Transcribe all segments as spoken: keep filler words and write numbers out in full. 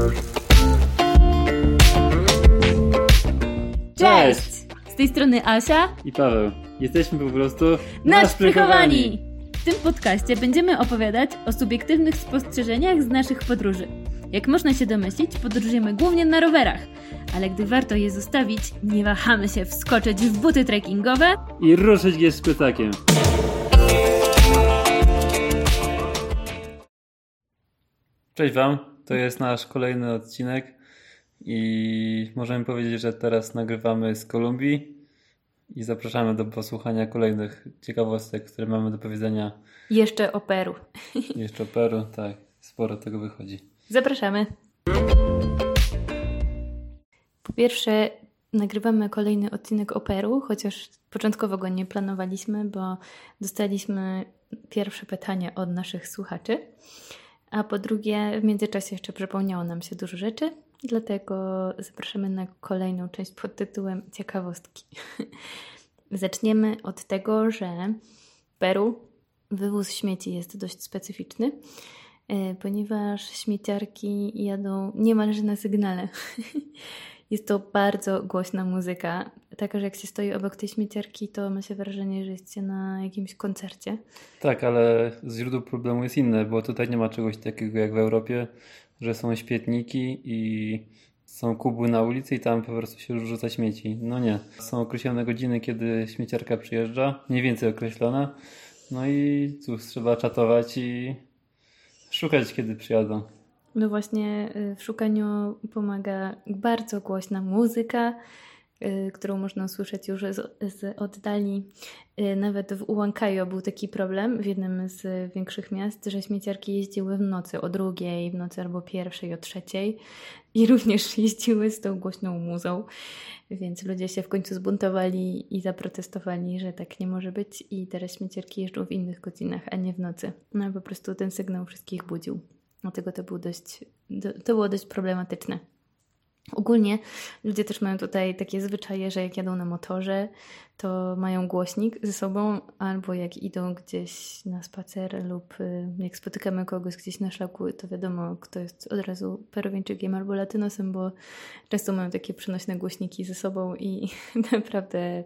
Cześć! Z tej strony Asia i Paweł. Jesteśmy po prostu naszprychowani! W tym podcaście będziemy opowiadać o subiektywnych spostrzeżeniach z naszych podróży. Jak można się domyślić, podróżujemy głównie na rowerach, ale gdy warto je zostawić, nie wahamy się wskoczyć w buty trekkingowe i ruszyć je z plecakiem. Cześć Wam, to jest nasz kolejny odcinek i możemy powiedzieć, że teraz nagrywamy z Kolumbii i zapraszamy do posłuchania kolejnych ciekawostek, które mamy do powiedzenia. Jeszcze o Peru. Jeszcze o Peru, tak, sporo tego wychodzi. Zapraszamy. Po pierwsze, nagrywamy kolejny odcinek o Peru, chociaż początkowo go nie planowaliśmy, bo dostaliśmy pierwsze pytanie od naszych słuchaczy. A po drugie, w międzyczasie jeszcze przypomniało nam się dużo rzeczy, dlatego zapraszamy na kolejną część pod tytułem Ciekawostki. Zaczniemy od tego, że w Peru wywóz śmieci jest dość specyficzny, ponieważ śmieciarki jadą niemalże na sygnale. Jest to bardzo głośna muzyka, taka, że jak się stoi obok tej śmieciarki, to ma się wrażenie, że jest się na jakimś koncercie. Tak, ale źródło problemu jest inne, bo tutaj nie ma czegoś takiego jak w Europie, że są śmietniki i są kubły na ulicy i tam po prostu się rzuca śmieci. No nie. Są określone godziny, kiedy śmieciarka przyjeżdża, mniej więcej określone. No i cóż, trzeba czatować i szukać, kiedy przyjadą. No właśnie w szukaniu pomaga bardzo głośna muzyka, którą można usłyszeć już z, z oddali. Nawet w Huancayo był taki problem w jednym z większych miast, że śmieciarki jeździły w nocy o drugiej, w nocy albo pierwszej, o trzeciej i również jeździły z tą głośną muzą, więc ludzie się w końcu zbuntowali i zaprotestowali, że tak nie może być i teraz śmieciarki jeżdżą w innych godzinach, a nie w nocy. No po prostu ten sygnał wszystkich budził. Dlatego to, był dość, to było dość problematyczne. Ogólnie ludzie też mają tutaj takie zwyczaje, że jak jadą na motorze, to mają głośnik ze sobą, albo jak idą gdzieś na spacer lub jak spotykamy kogoś gdzieś na szlaku, to wiadomo, kto jest od razu Peruwieńczykiem albo Latynosem, bo często mają takie przenośne głośniki ze sobą i naprawdę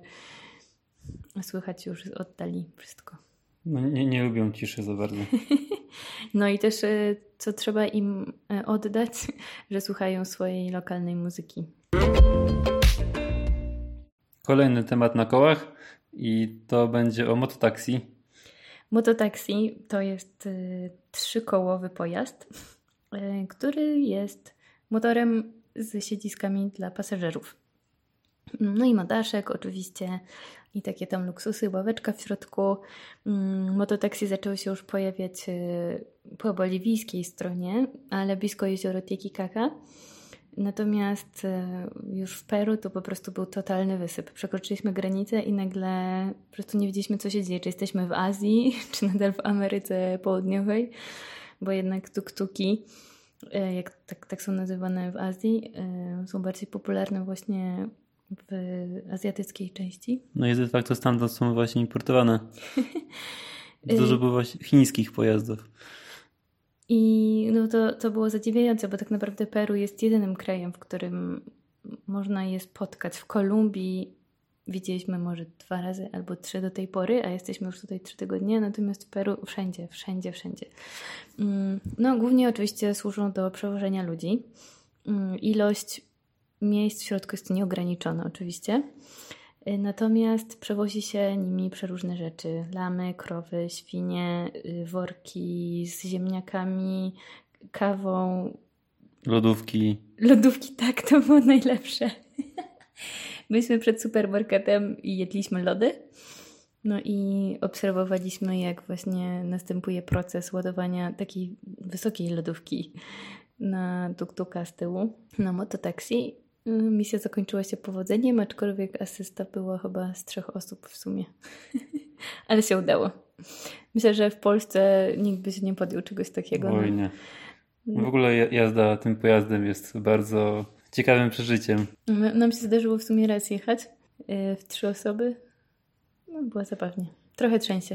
słychać już z oddali wszystko. No nie, nie lubią ciszy za bardzo. No i też co trzeba im oddać, że słuchają swojej lokalnej muzyki. Kolejny temat na kołach i to będzie o mototaksi. Mototaksi to jest y, trzykołowy pojazd, y, który jest motorem z siedziskami dla pasażerów. No i ma daszek oczywiście i takie tam luksusy, ławeczka w środku. Mototaksi zaczęły się już pojawiać po boliwijskiej stronie, ale blisko jeziora Titicaca. Natomiast już w Peru to po prostu był totalny wysyp. Przekroczyliśmy granicę i nagle po prostu nie wiedzieliśmy, co się dzieje. Czy jesteśmy w Azji, czy nadal w Ameryce Południowej, bo jednak tuk-tuki, jak tak, tak są nazywane w Azji, są bardziej popularne właśnie w azjatyckiej części. No i de facto stamtąd są właśnie importowane. Dużo było właśnie chińskich pojazdów. I no to, to było zadziwiające, bo tak naprawdę Peru jest jedynym krajem, w którym można je spotkać. W Kolumbii widzieliśmy może dwa razy albo trzy do tej pory, a jesteśmy już tutaj trzy tygodnie, natomiast w Peru wszędzie, wszędzie, wszędzie. No głównie oczywiście służą do przewożenia ludzi. Ilość miejsc w środku jest nieograniczona oczywiście, natomiast przewozi się nimi przeróżne rzeczy. Lamy, krowy, świnie, worki z ziemniakami, kawą. Lodówki. Lodówki, tak, to było najlepsze. Byliśmy przed supermarketem i jedliśmy lody. No i obserwowaliśmy, jak właśnie następuje proces ładowania takiej wysokiej lodówki na tuk-tuka z tyłu, na mototaksi. Misja zakończyła się powodzeniem, aczkolwiek asysta była chyba z trzech osób w sumie. Ale się udało. Myślę, że w Polsce nikt by się nie podjął czegoś takiego. Oj, nie. W ogóle jazda tym pojazdem jest bardzo ciekawym przeżyciem. Nam się zdarzyło w sumie raz jechać w trzy osoby. No, było zabawnie. Trochę trzęsie.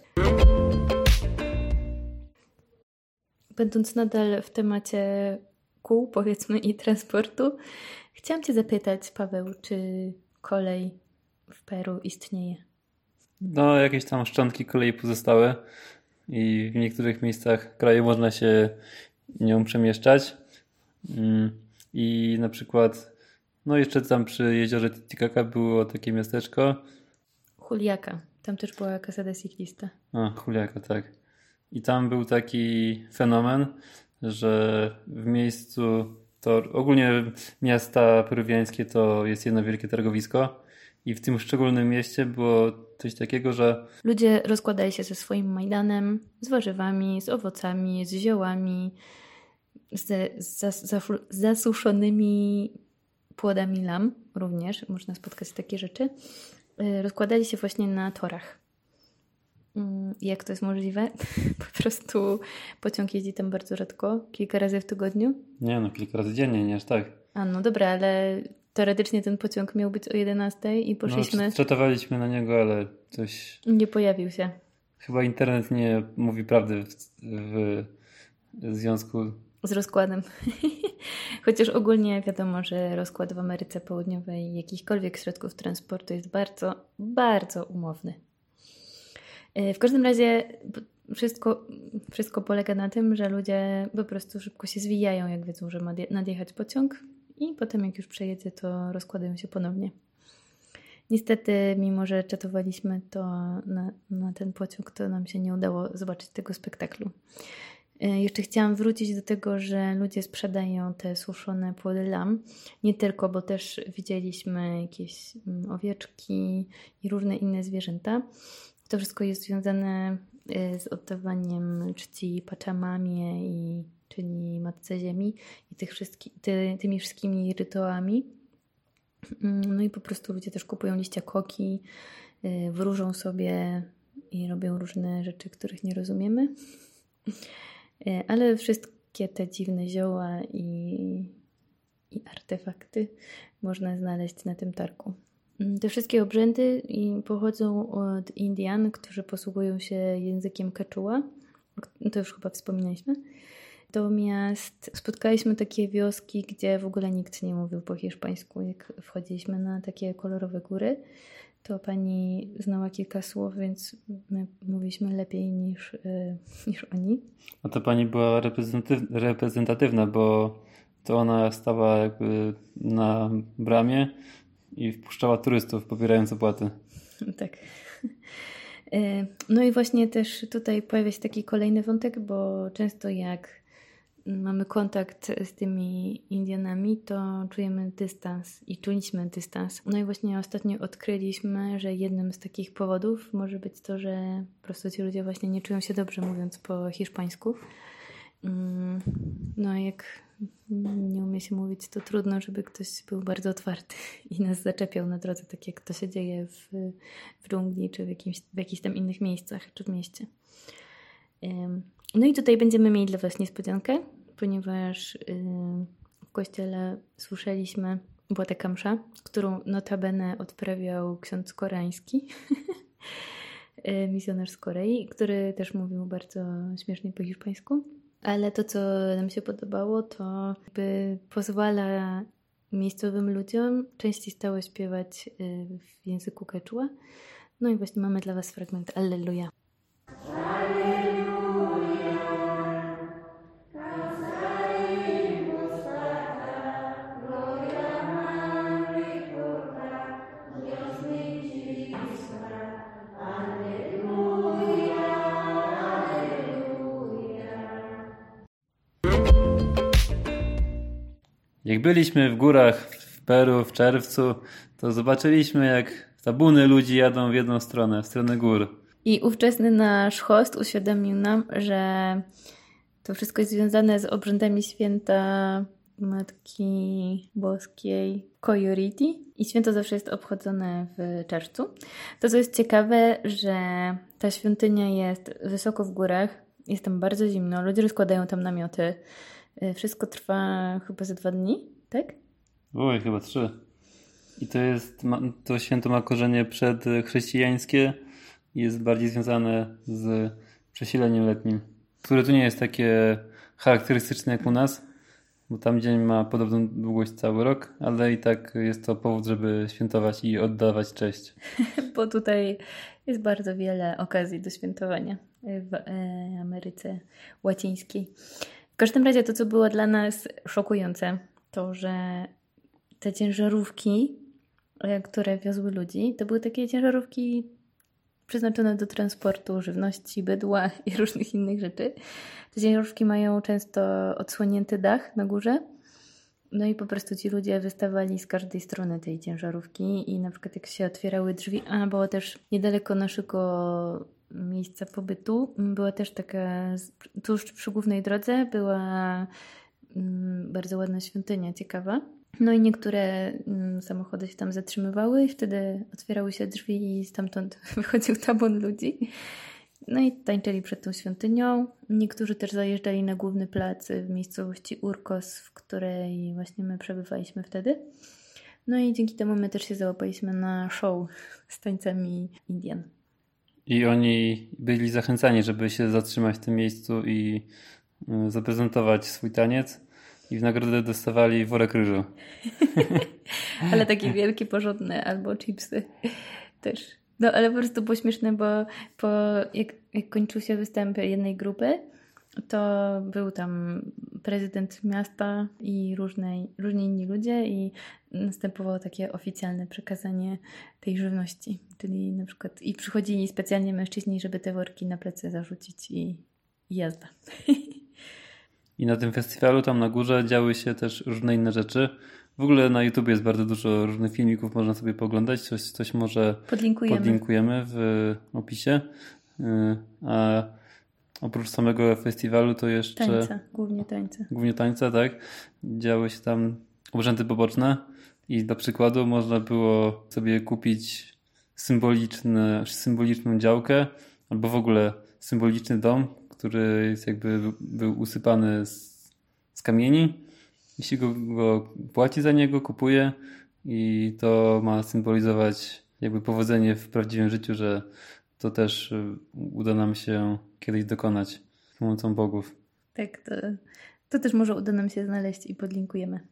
Będąc nadal w temacie kół, powiedzmy, i transportu. Chciałam Cię zapytać, Paweł, czy kolej w Peru istnieje? No, jakieś tam szczątki kolei pozostały i w niektórych miejscach kraju można się nią przemieszczać. I na przykład, no jeszcze tam przy jeziorze Titicaca było takie miasteczko. Juliaca. Tam też była Casa de Ciclista. A, Juliaca, tak. I tam był taki fenomen, że w miejscu, to ogólnie miasta peruwiańskie to jest jedno wielkie targowisko i w tym szczególnym mieście było coś takiego, że ludzie rozkładali się ze swoim majdanem, z warzywami, z owocami, z ziołami, z, z, z zasuszonymi płodami lam również. Można spotkać takie rzeczy. Rozkładali się właśnie na torach. Jak to jest możliwe? Po prostu pociąg jeździ tam bardzo rzadko, kilka razy w tygodniu. Nie no, kilka razy dziennie, nie aż tak. A no dobra, ale teoretycznie ten pociąg miał być o jedenastej i poszliśmy... No, czatowaliśmy na niego, ale coś... Nie pojawił się. Chyba internet nie mówi prawdy w, w, w związku... Z rozkładem. Chociaż ogólnie wiadomo, że rozkład w Ameryce Południowej jakichkolwiek środków transportu jest bardzo, bardzo umowny. W każdym razie wszystko, wszystko polega na tym, że ludzie po prostu szybko się zwijają, jak wiedzą, że ma nadjechać pociąg i potem jak już przejedzie, to rozkładają się ponownie. Niestety, mimo że czatowaliśmy to na, na ten pociąg, to nam się nie udało zobaczyć tego spektaklu. Jeszcze chciałam wrócić do tego, że ludzie sprzedają te suszone płody lam. Nie tylko, bo też widzieliśmy jakieś owieczki i różne inne zwierzęta. To wszystko jest związane z oddawaniem czci Pachamamie, i, czyli Matce Ziemi i tych wszystkich, ty, tymi wszystkimi rytuałami. No i po prostu ludzie też kupują liścia koki, wróżą sobie i robią różne rzeczy, których nie rozumiemy. Ale wszystkie te dziwne zioła i, i artefakty można znaleźć na tym targu. Te wszystkie obrzędy pochodzą od Indian, którzy posługują się językiem quechua. To już chyba wspominaliśmy. Natomiast spotkaliśmy takie wioski, gdzie w ogóle nikt nie mówił po hiszpańsku. Jak wchodziliśmy na takie kolorowe góry, to pani znała kilka słów, więc my mówiliśmy lepiej niż, yy, niż oni. A to pani była reprezentatywna, reprezentatywna, bo to ona stała jakby na bramie i wpuszczała turystów, pobierając opłaty. Tak. No i właśnie też tutaj pojawia się taki kolejny wątek, bo często jak mamy kontakt z tymi Indianami, to czujemy dystans i czuliśmy dystans. No i właśnie ostatnio odkryliśmy, że jednym z takich powodów może być to, że po prostu ci ludzie właśnie nie czują się dobrze mówiąc po hiszpańsku. No a jak nie umie się mówić, to trudno, żeby ktoś był bardzo otwarty i nas zaczepiał na drodze, tak jak to się dzieje w, w dżungli, czy w, jakimś, w jakichś tam innych miejscach, czy w mieście. No i tutaj będziemy mieli dla Was niespodziankę, ponieważ w kościele słyszeliśmy, była taka msza, którą notabene odprawiał ksiądz koreański, misjonarz z Korei, który też mówił bardzo śmiesznie po hiszpańsku. Ale to, co nam się podobało, to jakby pozwala miejscowym ludziom częściej stało śpiewać w języku quechua. No i właśnie mamy dla Was fragment Alleluja. Jak byliśmy w górach w Peru w czerwcu, to zobaczyliśmy, jak tabuny ludzi jadą w jedną stronę, w stronę gór. I ówczesny nasz host uświadomił nam, że to wszystko jest związane z obrzędami święta Matki Boskiej Coyoriti. I święto zawsze jest obchodzone w czerwcu. To, co jest ciekawe, że ta świątynia jest wysoko w górach, jest tam bardzo zimno, ludzie rozkładają tam namioty. Wszystko trwa chyba ze dwa dni, tak? Oj, chyba trzy. I to jest, to święto ma korzenie przedchrześcijańskie i jest bardziej związane z przesileniem letnim, które tu nie jest takie charakterystyczne jak u nas, bo tam dzień ma podobną długość cały rok, ale i tak jest to powód, żeby świętować i oddawać cześć. Bo tutaj jest bardzo wiele okazji do świętowania w Ameryce Łacińskiej. W każdym razie to, co było dla nas szokujące, to, że te ciężarówki, które wiozły ludzi, to były takie ciężarówki przeznaczone do transportu żywności, bydła i różnych innych rzeczy. Te ciężarówki mają często odsłonięty dach na górze. No i po prostu ci ludzie wystawali z każdej strony tej ciężarówki i na przykład jak się otwierały drzwi, a było też niedaleko naszego miejsca pobytu, była też taka, tuż przy głównej drodze była bardzo ładna świątynia, ciekawa. No i niektóre samochody się tam zatrzymywały i wtedy otwierały się drzwi i stamtąd wychodził tabun ludzi. No i tańczyli przed tą świątynią. Niektórzy też zajeżdżali na główny plac w miejscowości Urkos, w której właśnie my przebywaliśmy wtedy. No i dzięki temu my też się załapaliśmy na show z tańcami Indian. I oni byli zachęcani, żeby się zatrzymać w tym miejscu i zaprezentować swój taniec. I w nagrodę dostawali worek ryżu. Ale takie wielkie, porządne, albo chipsy też. No ale po prostu było śmieszne, bo po, jak, jak kończył się występ jednej grupy, to był tam prezydent miasta i różne, różni inni ludzie i następowało takie oficjalne przekazanie tej żywności. Czyli na przykład i przychodzili specjalnie mężczyźni, żeby te worki na plecy zarzucić i, i jazda. I na tym festiwalu tam na górze działy się też różne inne rzeczy. W ogóle na YouTube jest bardzo dużo różnych filmików, można sobie poglądać. Coś, coś może podlinkujemy. podlinkujemy w opisie. A oprócz samego festiwalu to jeszcze... Tańce, głównie tańce. Głównie tańce, tak. Działy się tam obrzędy poboczne i dla przykładu można było sobie kupić symboliczne, symboliczną działkę albo w ogóle symboliczny dom, który jest jakby był usypany z, z kamieni. Jeśli go, go płaci za niego, kupuje i to ma symbolizować jakby powodzenie w prawdziwym życiu, że to też uda nam się kiedyś dokonać z pomocą bogów. Tak, to, to też może uda nam się znaleźć i podlinkujemy.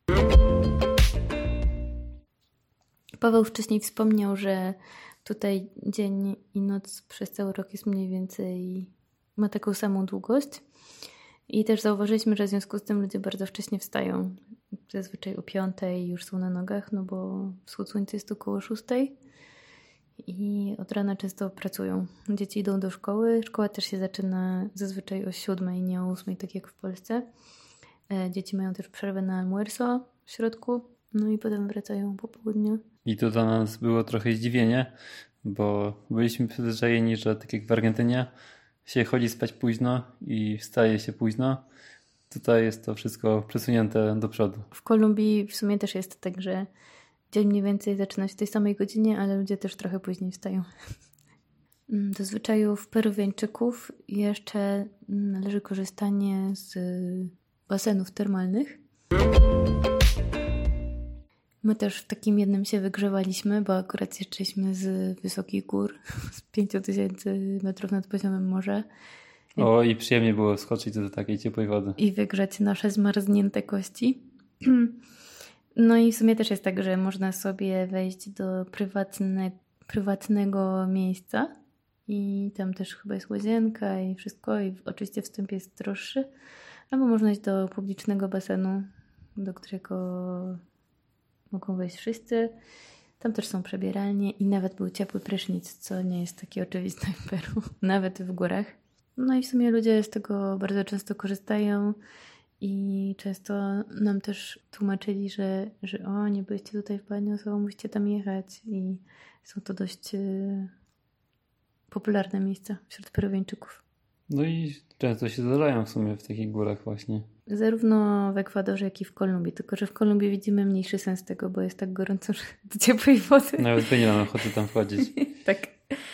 Paweł wcześniej wspomniał, że tutaj dzień i noc przez cały rok jest mniej więcej, ma taką samą długość. I też zauważyliśmy, że w związku z tym ludzie bardzo wcześnie wstają. Zazwyczaj o piątej już są na nogach, no bo wschód słońca jest około szóstej. I od rana często pracują. Dzieci idą do szkoły. Szkoła też się zaczyna zazwyczaj o siódmej, nie o ósmej, tak jak w Polsce. Dzieci mają też przerwę na almuerzo w środku. No i potem wracają po południu. I to dla nas było trochę zdziwienie, bo byliśmy przyzwyczajeni, że tak jak w Argentynie się chodzi spać późno i wstaje się późno. Tutaj jest to wszystko przesunięte do przodu. W Kolumbii w sumie też jest tak, że dzień mniej więcej zaczyna się w tej samej godzinie, ale ludzie też trochę później wstają. Do zwyczajów Peruwiańczyków jeszcze należy korzystanie z basenów termalnych. My też w takim jednym się wygrzewaliśmy, bo akurat zjeżdżaliśmy z wysokich gór, z pięć tysięcy metrów nad poziomem morza. O, i przyjemnie było skoczyć do takiej ciepłej wody. I wygrzać nasze zmarznięte kości. No i w sumie też jest tak, że można sobie wejść do prywatne, prywatnego miejsca i tam też chyba jest łazienka i wszystko i oczywiście wstęp jest droższy. Albo można iść do publicznego basenu, do którego mogą wejść wszyscy. Tam też są przebieralnie i nawet był ciepły prysznic, co nie jest takie oczywiste w Peru, nawet w górach. No i w sumie ludzie z tego bardzo często korzystają i często nam też tłumaczyli, że, że o, nie byliście tutaj w baniu, to musicie tam jechać i są to dość y, popularne miejsca wśród Peruwiańczyków. No i często się zdarzają w sumie w takich górach właśnie. Zarówno w Ekwadorze, jak i w Kolumbii. Tylko że w Kolumbii widzimy mniejszy sens tego, bo jest tak gorąco, że do ciepłej wody. Nawet my nie mamy ochoty tam wchodzić. Tak.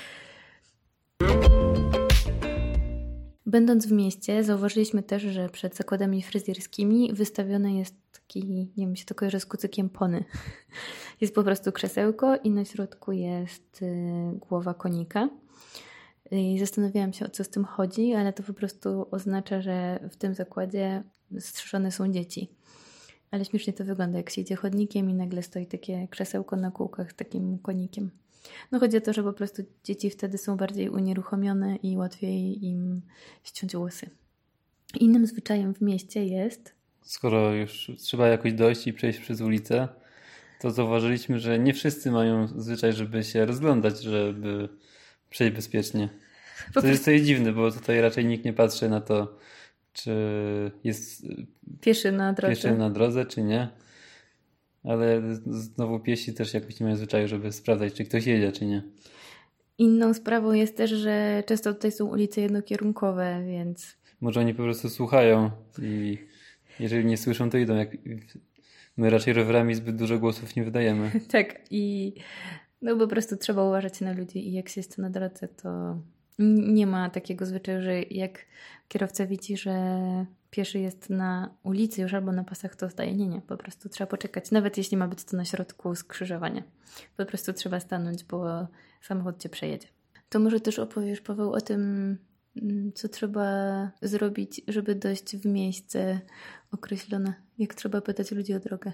Będąc w mieście, zauważyliśmy też, że przed zakładami fryzjerskimi wystawiony jest taki, nie wiem, się to kojarzy z kucykiem pony. Jest po prostu krzesełko i na środku jest y, głowa konika. I zastanawiałam się, o co z tym chodzi, ale to po prostu oznacza, że w tym zakładzie strzyżone są dzieci. Ale śmiesznie to wygląda, jak się idzie chodnikiem i nagle stoi takie krzesełko na kółkach z takim konikiem. No chodzi o to, że po prostu dzieci wtedy są bardziej unieruchomione i łatwiej im ściąć włosy. Innym zwyczajem w mieście jest... Skoro już trzeba jakoś dojść i przejść przez ulicę, to zauważyliśmy, że nie wszyscy mają zwyczaj, żeby się rozglądać, żeby przejść bezpiecznie. To jest coś dziwne, bo tutaj raczej nikt nie patrzy na to, czy jest pieszy na drodze, pieszy na drodze czy nie. Ale znowu piesi też jakoś nie mają zwyczaju, żeby sprawdzać, czy ktoś jedzie, czy nie. Inną sprawą jest też, że często tutaj są ulice jednokierunkowe, więc... Może oni po prostu słuchają i jeżeli nie słyszą, to idą. Jak... My raczej rowerami zbyt dużo głosów nie wydajemy. Tak i no po prostu trzeba uważać na ludzi i jak się jest na drodze, to nie ma takiego zwyczaju, że jak kierowca widzi, że pieszy jest na ulicy już albo na pasach, to zdaje. Nie, nie. Po prostu trzeba poczekać. Nawet jeśli ma być to na środku skrzyżowania. Po prostu trzeba stanąć, bo samochód cię przejedzie. To może też opowiesz, Paweł, o tym, co trzeba zrobić, żeby dojść w miejsce określone. Jak trzeba pytać ludzi o drogę.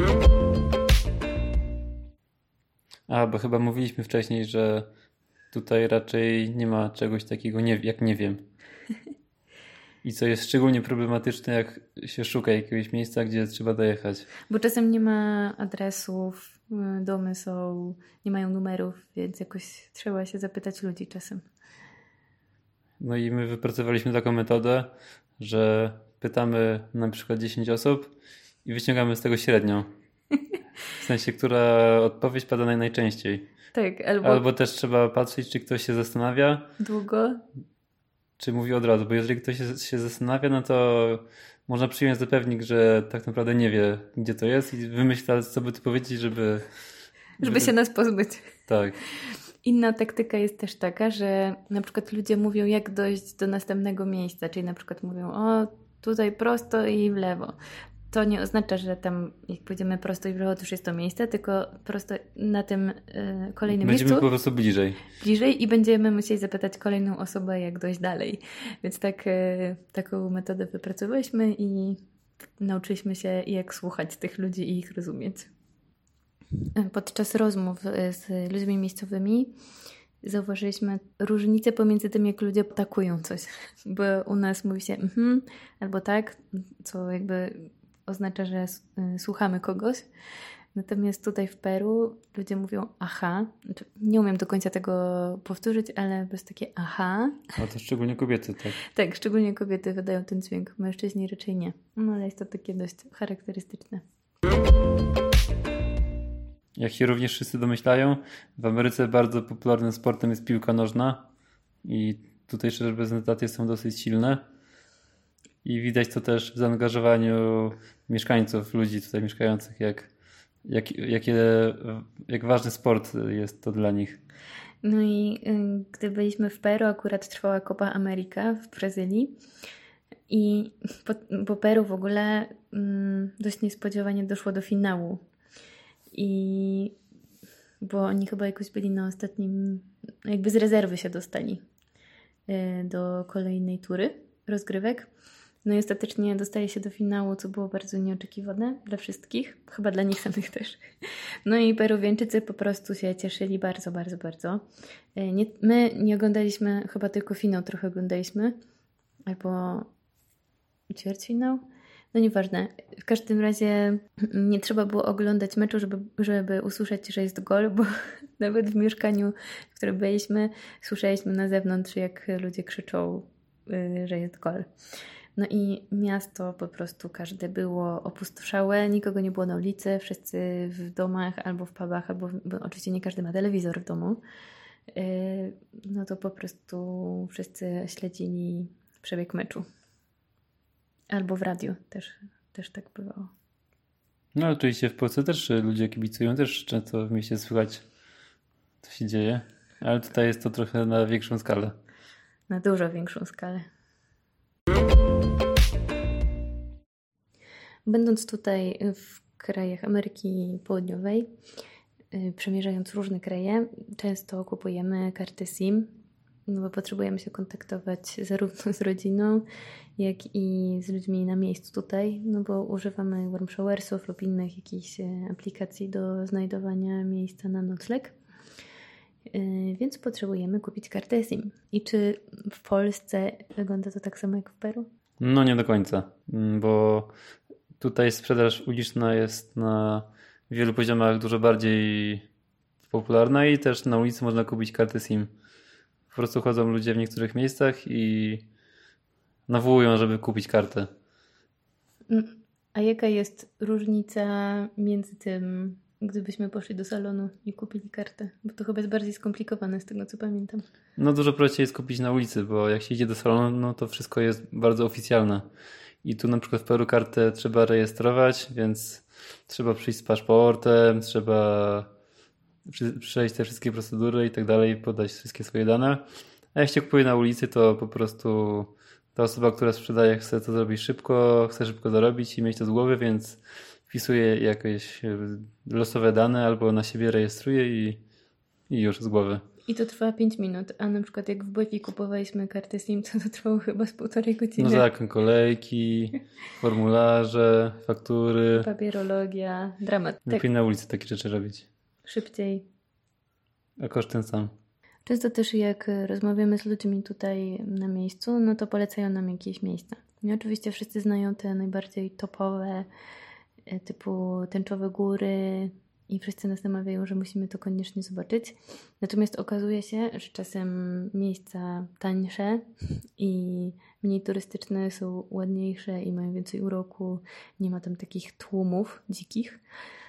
A, bo chyba mówiliśmy wcześniej, że tutaj raczej nie ma czegoś takiego nie, jak nie wiem. I co jest szczególnie problematyczne, jak się szuka jakiegoś miejsca, gdzie trzeba dojechać. Bo czasem nie ma adresów, domy są, nie mają numerów, więc jakoś trzeba się zapytać ludzi czasem. No i my wypracowaliśmy taką metodę, że pytamy na przykład dziesięć osób i wyciągamy z tego średnią. W sensie, która odpowiedź pada naj, najczęściej. Tak, albo... albo też trzeba patrzeć, czy ktoś się zastanawia. Długo? Czy mówi od razu, bo jeżeli ktoś się, się zastanawia, no to można przyjąć za pewnik, że tak naprawdę nie wie, gdzie to jest i wymyśla, co by tu powiedzieć, żeby... Żeby, żeby się nas pozbyć. Tak. Inna taktyka jest też taka, że na przykład ludzie mówią, jak dojść do następnego miejsca, czyli na przykład mówią, o tutaj prosto i w lewo. To nie oznacza, że tam jak pójdziemy prosto i w lewo, to już jest to miejsce, tylko prosto na tym y, kolejnym Będziemy miejscu. po prostu bliżej. Bliżej i będziemy musieli zapytać kolejną osobę, jak dojść dalej. Więc tak, y, taką metodę wypracowaliśmy i nauczyliśmy się, jak słuchać tych ludzi i ich rozumieć. Podczas rozmów z ludźmi miejscowymi zauważyliśmy różnicę pomiędzy tym, jak ludzie atakują coś. Bo u nas mówi się mhm, albo tak, co jakby oznacza, że słuchamy kogoś. Natomiast tutaj w Peru ludzie mówią aha. Nie umiem do końca tego powtórzyć, ale bez takie aha. A to szczególnie kobiety, tak? Tak, szczególnie kobiety wydają ten dźwięk. Mężczyźni raczej nie. No ale jest to takie dość charakterystyczne. Jak się również wszyscy domyślają, w Ameryce bardzo popularnym sportem jest piłka nożna i tutejsze reprezentacje są dosyć silne i widać to też w zaangażowaniu mieszkańców, ludzi tutaj mieszkających, jak, jak, jakie, jak ważny sport jest to dla nich. No i y, gdy byliśmy w Peru, akurat trwała Copa America w Brazylii i po, po Peru w ogóle y, dość niespodziewanie doszło do finału. I bo oni chyba jakoś byli na ostatnim, jakby z rezerwy się dostali do kolejnej tury rozgrywek. No i ostatecznie dostali się do finału, co było bardzo nieoczekiwane dla wszystkich, chyba dla nich samych też. No i Peruwiańczycy po prostu się cieszyli bardzo, bardzo, bardzo. Nie, my nie oglądaliśmy, chyba tylko finał trochę oglądaliśmy, albo ćwierćfinał. No nieważne. W każdym razie nie trzeba było oglądać meczu, żeby, żeby usłyszeć, że jest gol, bo nawet w mieszkaniu, w którym byliśmy, słyszeliśmy na zewnątrz, jak ludzie krzyczą, że jest gol. No i miasto po prostu każde było opustoszałe, nikogo nie było na ulicy, wszyscy w domach albo w pubach, albo bo oczywiście nie każdy ma telewizor w domu. No to po prostu wszyscy śledzili przebieg meczu. Albo w radiu też, też tak bywało. No oczywiście w Polsce też ludzie kibicują, też często w mieście słychać, co się dzieje, ale tutaj jest to trochę na większą skalę. Na dużo większą skalę. Będąc tutaj w krajach Ameryki Południowej, przemierzając różne kraje, często kupujemy karty SIM no bo potrzebujemy się kontaktować zarówno z rodziną, jak i z ludźmi na miejscu tutaj, no bo używamy warm showersów lub innych jakichś aplikacji do znajdowania miejsca na nocleg. Więc potrzebujemy kupić kartę SIM. I czy w Polsce wygląda to tak samo jak w Peru? No nie do końca, bo tutaj sprzedaż uliczna jest na wielu poziomach dużo bardziej popularna i też na ulicy można kupić kartę SIM. Po prostu chodzą ludzie w niektórych miejscach i nawołują, żeby kupić kartę. A jaka jest różnica między tym, gdybyśmy poszli do salonu i kupili kartę? Bo to chyba jest bardziej skomplikowane z tego, co pamiętam. No dużo prościej jest kupić na ulicy, bo jak się idzie do salonu, no to wszystko jest bardzo oficjalne. I tu na przykład w Peru kartę trzeba rejestrować, więc trzeba przyjść z paszportem, trzeba przejść te wszystkie procedury i tak dalej, podać wszystkie swoje dane. A jak się kupuje na ulicy, to po prostu ta osoba, która sprzedaje, chce to zrobić szybko, chce szybko zarobić i mieć to z głowy, więc wpisuje jakieś losowe dane albo na siebie rejestruje i, i już z głowy. I to trwa pięć minut, a na przykład jak w Bolivii kupowaliśmy kartę SIM, to to trwało chyba z półtorej godziny. No tak, kolejki, formularze, faktury. Papierologia, dramat. Lepiej tak. na ulicy takie rzeczy robić. Szybciej. A koszt ten sam. Często też jak rozmawiamy z ludźmi tutaj na miejscu, no to polecają nam jakieś miejsca. I oczywiście wszyscy znają te najbardziej topowe, typu Tęczowe Góry i wszyscy nas namawiają, że musimy to koniecznie zobaczyć. Natomiast okazuje się, że czasem miejsca tańsze i mniej turystyczne są ładniejsze i mają więcej uroku. Nie ma tam takich tłumów dzikich.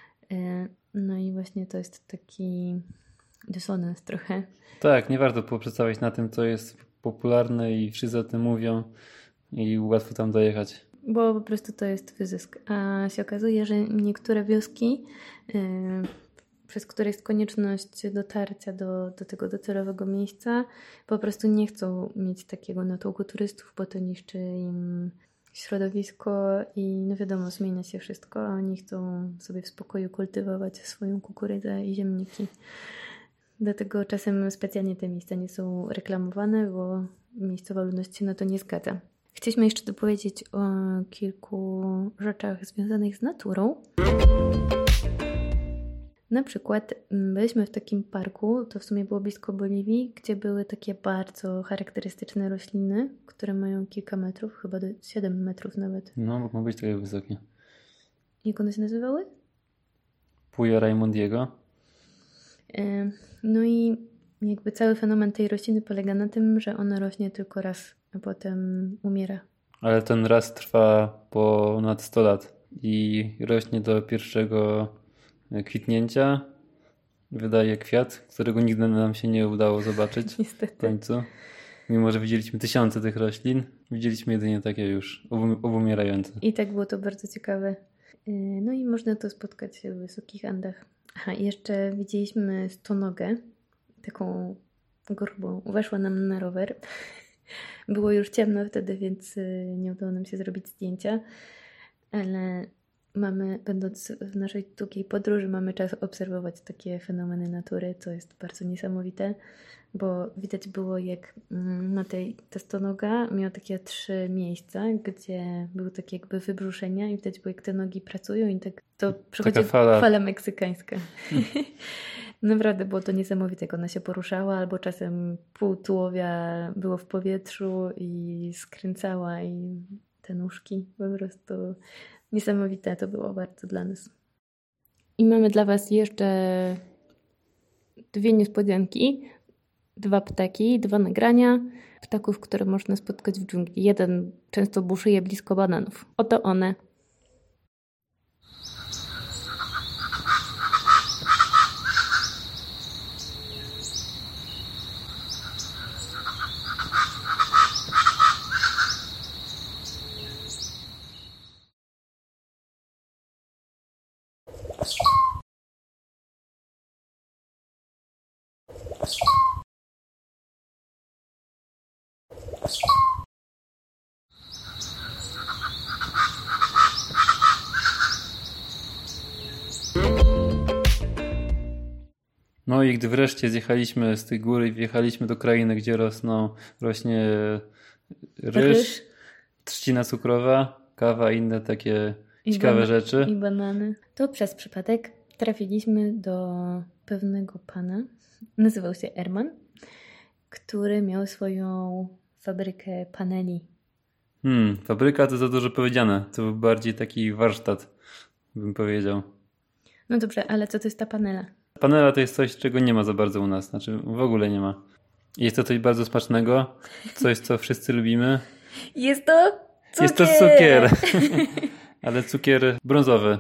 No i właśnie to jest taki dysonans trochę. Tak, nie warto poprzestawać na tym, co jest popularne i wszyscy o tym mówią i łatwo tam dojechać. Bo po prostu to jest wyzysk. A się okazuje, że niektóre wioski, yy, przez które jest konieczność dotarcia do, do tego docelowego miejsca, po prostu nie chcą mieć takiego natłoku turystów, bo to niszczy im środowisko i no wiadomo, zmienia się wszystko, a oni chcą sobie w spokoju kultywować swoją kukurydzę i ziemniki. Dlatego czasem specjalnie te miejsca nie są reklamowane, bo miejscowa ludność się na to nie zgadza. Chcieliśmy jeszcze dopowiedzieć o kilku rzeczach związanych z naturą. Na przykład byliśmy w takim parku, to w sumie było blisko Boliwii, gdzie były takie bardzo charakterystyczne rośliny, które mają kilka metrów, chyba do siedem metrów nawet. No, mogą być takie wysokie. Jak one się nazywały? Puya Raimondiego. No i jakby cały fenomen tej rośliny polega na tym, że ona rośnie tylko raz, a potem umiera. Ale ten raz trwa ponad sto lat i rośnie do pierwszego kwitnięcia. Wydaje kwiat, którego nigdy nam się nie udało zobaczyć. Niestety. W końcu. Mimo, że widzieliśmy tysiące tych roślin, widzieliśmy jedynie takie już obumierające. I tak było to bardzo ciekawe. No i można to spotkać w Wysokich Andach. Aha, jeszcze widzieliśmy stonogę, taką grubą. Weszła nam na rower. Było już ciemno wtedy, więc nie udało nam się zrobić zdjęcia, ale mamy, będąc w naszej długiej podróży, mamy czas obserwować takie fenomeny natury, co jest bardzo niesamowite, bo widać było, jak na tej ta stonoga miała takie trzy miejsca, gdzie były takie jakby wybrzuszenia i widać było, jak te nogi pracują i tak to przychodzi fala. fala meksykańska. Naprawdę było to niesamowite, jak ona się poruszała, albo czasem pół tułowia było w powietrzu i skręcała i te nóżki po prostu niesamowite to było bardzo dla nas. I mamy dla Was jeszcze dwie niespodzianki, dwa ptaki, dwa nagrania ptaków, które można spotkać w dżungli. Jeden często buszyje blisko bananów. Oto one. No i gdy wreszcie zjechaliśmy z tej góry i wjechaliśmy do krainy, gdzie rosną, rośnie ryż, Ryż. trzcina cukrowa, kawa i inne takie I ciekawe bana- rzeczy. I banany. To przez przypadek trafiliśmy do pewnego pana, nazywał się Erman, który miał swoją fabrykę paneli. Hmm, fabryka to za dużo powiedziane. To był bardziej taki warsztat, bym powiedział. No dobrze, ale co to jest ta panela? Panela to jest coś, czego nie ma za bardzo u nas. Znaczy w ogóle nie ma. Jest to coś bardzo smacznego, coś, co wszyscy lubimy. Jest to cukier! Jest to cukier, ale cukier brązowy.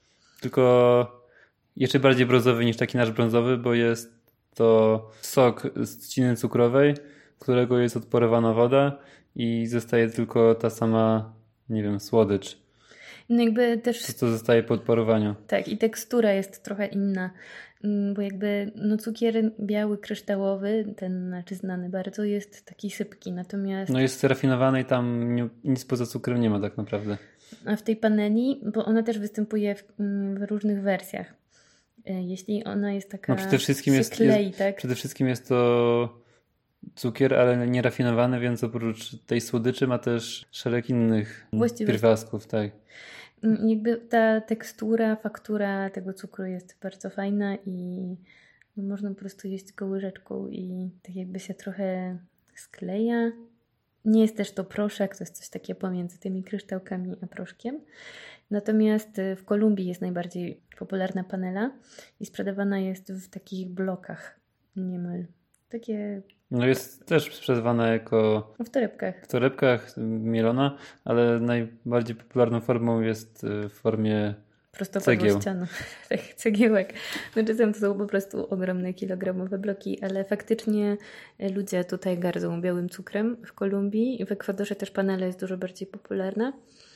Tylko jeszcze bardziej brązowy niż taki nasz brązowy, bo jest to sok z trzciny cukrowej, którego jest odparowana woda i zostaje tylko ta sama, nie wiem, słodycz. No jakby też... To, co zostaje po odparowaniu. Tak, i tekstura jest trochę inna, bo jakby no cukier biały, kryształowy, ten znaczy znany bardzo, jest taki sypki, natomiast... No jest rafinowany i tam nie, nic poza cukrem nie ma tak naprawdę. A w tej paneli, bo ona też występuje w, w różnych wersjach. Jeśli ona jest taka... No przede wszystkim jest, klei, jest, tak? przede wszystkim jest to cukier, ale nie rafinowany, więc oprócz tej słodyczy ma też szereg innych pierwiastków, tak. Jakby ta tekstura, faktura tego cukru jest bardzo fajna i można po prostu jeść go łyżeczką i tak jakby się trochę skleja. Nie jest też to proszek, to jest coś takiego pomiędzy tymi kryształkami a proszkiem. Natomiast w Kolumbii jest najbardziej popularna panela i sprzedawana jest w takich blokach niemal. Takie... No jest też sprzedawana jako... W torebkach. W torebkach mielona, ale najbardziej popularną formą jest w formie cegieł. Tak, cegiełek. No czasem to są po prostu ogromne kilogramowe bloki, ale faktycznie ludzie tutaj gardzą białym cukrem w Kolumbii. W Ekwadorze też panela jest dużo bardziej popularna.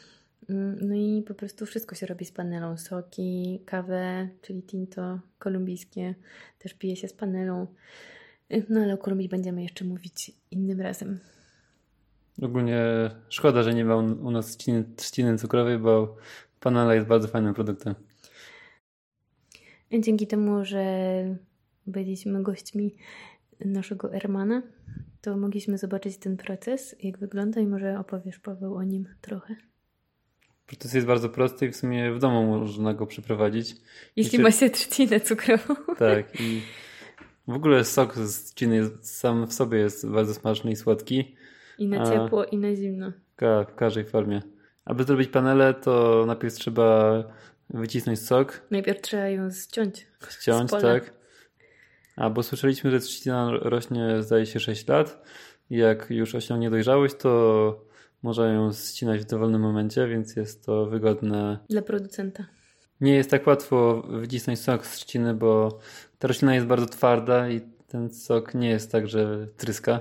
No i po prostu wszystko się robi z panelą. Soki, kawę, czyli tinto kolumbijskie też pije się z panelą. No ale o Kolumbii będziemy jeszcze mówić innym razem. Ogólnie szkoda, że nie ma u nas trzciny, trzciny cukrowej, bo panela jest bardzo fajnym produktem. Dzięki temu, że byliśmy gośćmi naszego Ermana, to mogliśmy zobaczyć ten proces, jak wygląda i może opowiesz, Paweł, o nim trochę. Proces jest bardzo prosty i w sumie w domu można go przeprowadzić. Jeśli ma się trzcinę cukrową. Tak i w ogóle sok z trzciny sam w sobie jest bardzo smaczny i słodki. I na ciepło, a... i na zimno. Ka- w każdej formie. Aby zrobić panelę, to najpierw trzeba wycisnąć sok. Najpierw trzeba ją ściąć. Ściąć, tak. A bo słyszeliśmy, że trzcina rośnie, zdaje się, sześć lat. I jak już osiągnie dojrzałość, to można ją ścinać w dowolnym momencie, więc jest to wygodne. Dla producenta. Nie jest tak łatwo wycisnąć sok z trzciny, bo ta roślina jest bardzo twarda i ten sok nie jest tak, że tryska.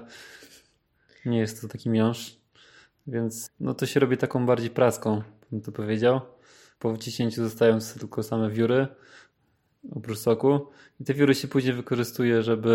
Nie jest to taki miąższ. Więc no to się robi taką bardziej praską, bym to powiedział. Po wyciśnięciu zostają tylko same wióry, oprócz soku. I te wióry się później wykorzystuje, żeby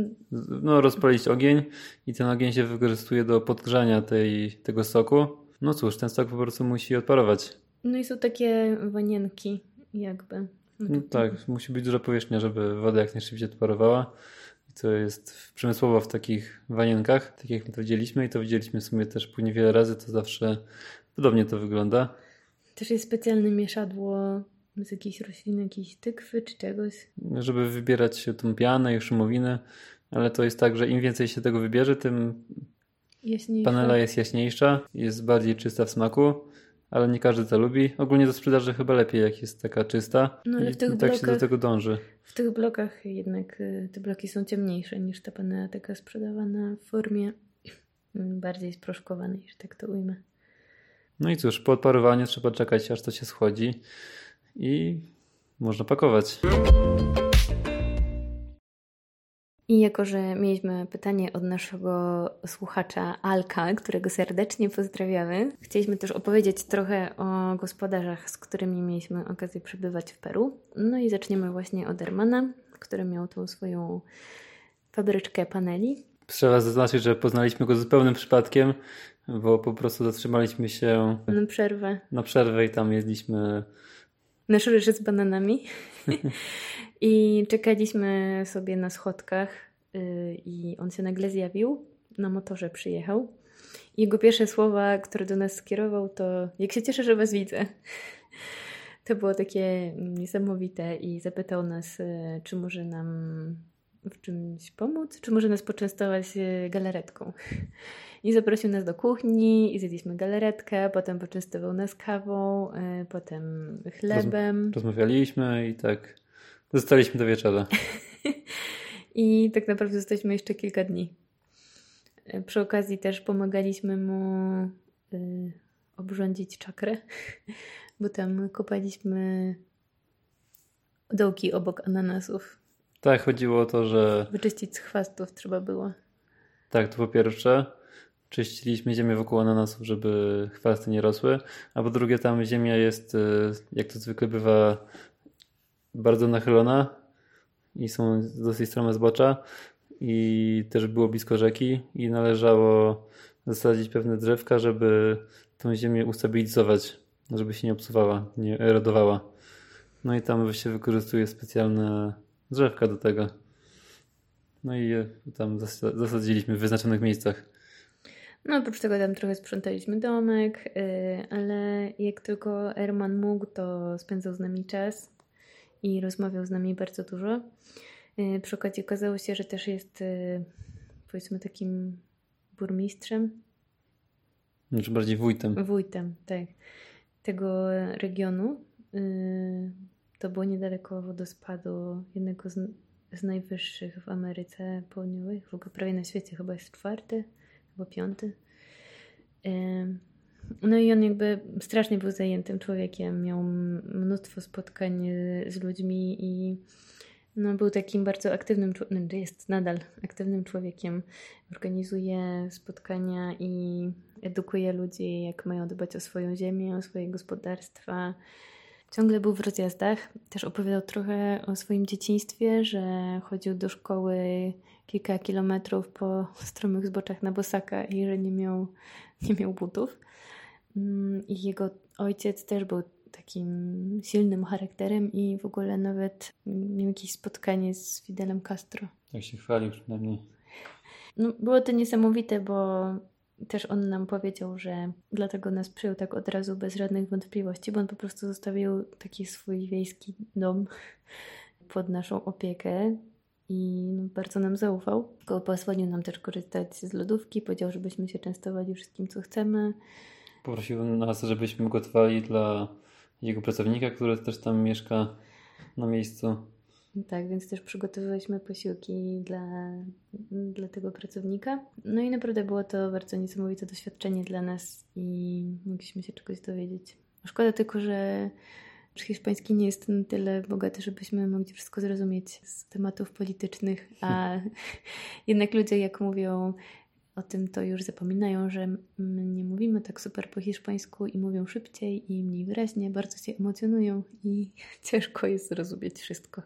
no, rozpalić ogień. I ten ogień się wykorzystuje do podgrzania tej, tego soku. No cóż, ten sok po prostu musi odparować. No i są takie wanienki jakby. No tak, musi być duża powierzchnia, żeby woda jak najszybciej odparowała. I to jest przemysłowo w takich wanienkach, tak jak my to widzieliśmy i to widzieliśmy w sumie też później wiele razy, to zawsze podobnie to wygląda. Też jest specjalne mieszadło z jakiejś rośliny, jakiejś tykwy czy czegoś. Żeby wybierać tą pianę i szumowinę, ale to jest tak, że im więcej się tego wybierze, tym jaśniejsza. Panela jest jaśniejsza, jest bardziej czysta w smaku, ale nie każdy to lubi. Ogólnie do sprzedaży chyba lepiej, jak jest taka czysta. No, ale w tych i tak blokach, się do tego dąży. W tych blokach jednak te bloki są ciemniejsze niż ta panela taka sprzedawana w formie bardziej sproszkowanej, że tak to ujmę. No i cóż, po odparowaniu trzeba czekać, aż to się schłodzi i można pakować. I jako, że mieliśmy pytanie od naszego słuchacza Alka, którego serdecznie pozdrawiamy, chcieliśmy też opowiedzieć trochę o gospodarzach, z którymi mieliśmy okazję przebywać w Peru. No i zaczniemy właśnie od Ermana, który miał tą swoją fabryczkę paneli. Trzeba zaznaczyć, że poznaliśmy go zupełnym przypadkiem, bo po prostu zatrzymaliśmy się na przerwę. Na przerwę i tam jedliśmy nasz ryż z bananami. I czekaliśmy sobie na schodkach yy, i on się nagle zjawił. Na motorze przyjechał. I jego pierwsze słowa, które do nas skierował, to jak się cieszę, że was widzę. To było takie niesamowite i zapytał nas, yy, czy może nam w czymś pomóc, czy może nas poczęstować yy, galaretką. I zaprosił nas do kuchni i zjedliśmy galaretkę, potem poczęstował nas kawą, yy, potem chlebem. Rozmawialiśmy i tak zostaliśmy do wieczora. I tak naprawdę zostaliśmy jeszcze kilka dni. Przy okazji też pomagaliśmy mu y, obrządzić czakrę, bo tam kopaliśmy dołki obok ananasów. Tak, chodziło o to, że... Wyczyścić z chwastów trzeba było. Tak, to po pierwsze czyściliśmy ziemię wokół ananasów, żeby chwasty nie rosły, a po drugie tam ziemia jest, jak to zwykle bywa, bardzo nachylona i są dosyć strome zbocza i też było blisko rzeki i należało zasadzić pewne drzewka, żeby tą ziemię ustabilizować, żeby się nie obsuwała, nie erodowała. No i tam się wykorzystuje specjalne drzewka do tego. No i je tam zasadziliśmy w wyznaczonych miejscach. No oprócz tego tam trochę sprzątaliśmy domek, yy, ale jak tylko Erman mógł, to spędzał z nami czas i rozmawiał z nami bardzo dużo. Yy, przy okazji okazało się, że też jest yy, powiedzmy takim burmistrzem. Znaczy bardziej wójtem. Wójtem, tak. Tego regionu. Yy, to było niedaleko wodospadu, jednego z, z najwyższych w Ameryce Południowej. W ogóle prawie na świecie chyba jest czwarty. Albo piąty. No i on jakby strasznie był zajętym człowiekiem. Miał mnóstwo spotkań z ludźmi i no był takim bardzo aktywnym człowiekiem, jest nadal aktywnym człowiekiem. Organizuje spotkania i edukuje ludzi, jak mają dbać o swoją ziemię, o swoje gospodarstwa. Ciągle był w rozjazdach. Też opowiadał trochę o swoim dzieciństwie, że chodził do szkoły kilka kilometrów po stromych zboczach na bosaka i że nie miał, nie miał butów. I jego ojciec też był takim silnym charakterem i w ogóle nawet miał jakieś spotkanie z Fidelem Castro. Tak się chwalił przynajmniej. No, było to niesamowite, bo też on nam powiedział, że dlatego nas przyjął tak od razu bez żadnych wątpliwości, bo on po prostu zostawił taki swój wiejski dom pod naszą opiekę i bardzo nam zaufał. Tylko pozwolił nam też korzystać z lodówki, powiedział, żebyśmy się częstowali wszystkim, co chcemy. Poprosił nas, żebyśmy gotowali dla jego pracownika, który też tam mieszka na miejscu. Tak, więc też przygotowywaliśmy posiłki dla, dla tego pracownika. No i naprawdę było to bardzo niesamowite doświadczenie dla nas i mogliśmy się czegoś dowiedzieć. Szkoda tylko, że hiszpański nie jest na tyle bogaty, żebyśmy mogli wszystko zrozumieć z tematów politycznych, a jednak ludzie jak mówią o tym, to już zapominają, że my nie mówimy tak super po hiszpańsku i mówią szybciej i mniej wyraźnie, bardzo się emocjonują i ciężko jest zrozumieć wszystko.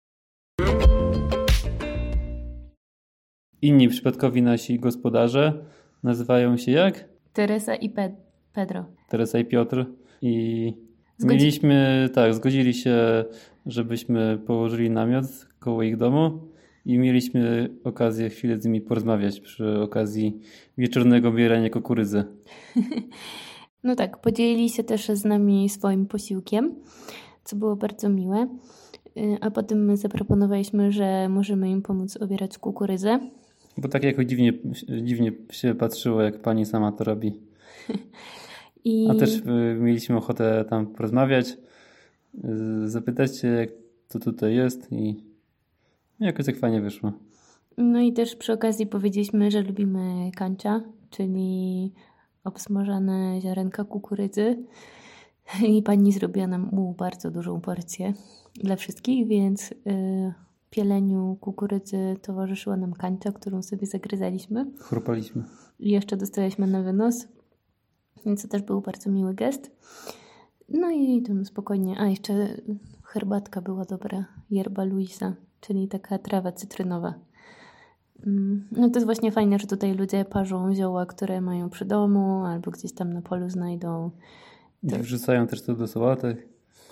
Inni przypadkowi nasi gospodarze nazywają się jak? Teresa i Pe- Pedro. Teresa i Piotr. I Zgodzi- mieliśmy, tak, zgodzili się, żebyśmy położyli namiot koło ich domu i mieliśmy okazję chwilę z nimi porozmawiać przy okazji wieczornego bierania kukurydzy. No tak, podzielili się też z nami swoim posiłkiem, co było bardzo miłe. A potem my zaproponowaliśmy, że możemy im pomóc obierać kukurydzę. Bo tak jakoś dziwnie, dziwnie się patrzyło, jak pani sama to robi. I... A też y, mieliśmy ochotę tam porozmawiać, y, zapytać się, jak to tutaj jest i jakoś tak fajnie wyszło. No i też przy okazji powiedzieliśmy, że lubimy kancia, czyli obsmażane ziarenka kukurydzy. I pani zrobiła nam u, bardzo dużą porcję dla wszystkich, więc y, pieleniu kukurydzy towarzyszyła nam kancia, którą sobie zagryzaliśmy. Chrupaliśmy. I jeszcze dostaliśmy na wynos, więc to też był bardzo miły gest. No i tam spokojnie. A jeszcze herbatka była dobra. Yerba Luisa, czyli taka trawa cytrynowa. No to jest właśnie fajne, że tutaj ludzie parzą zioła, które mają przy domu albo gdzieś tam na polu znajdą. To... I wrzucają też to do sałatek.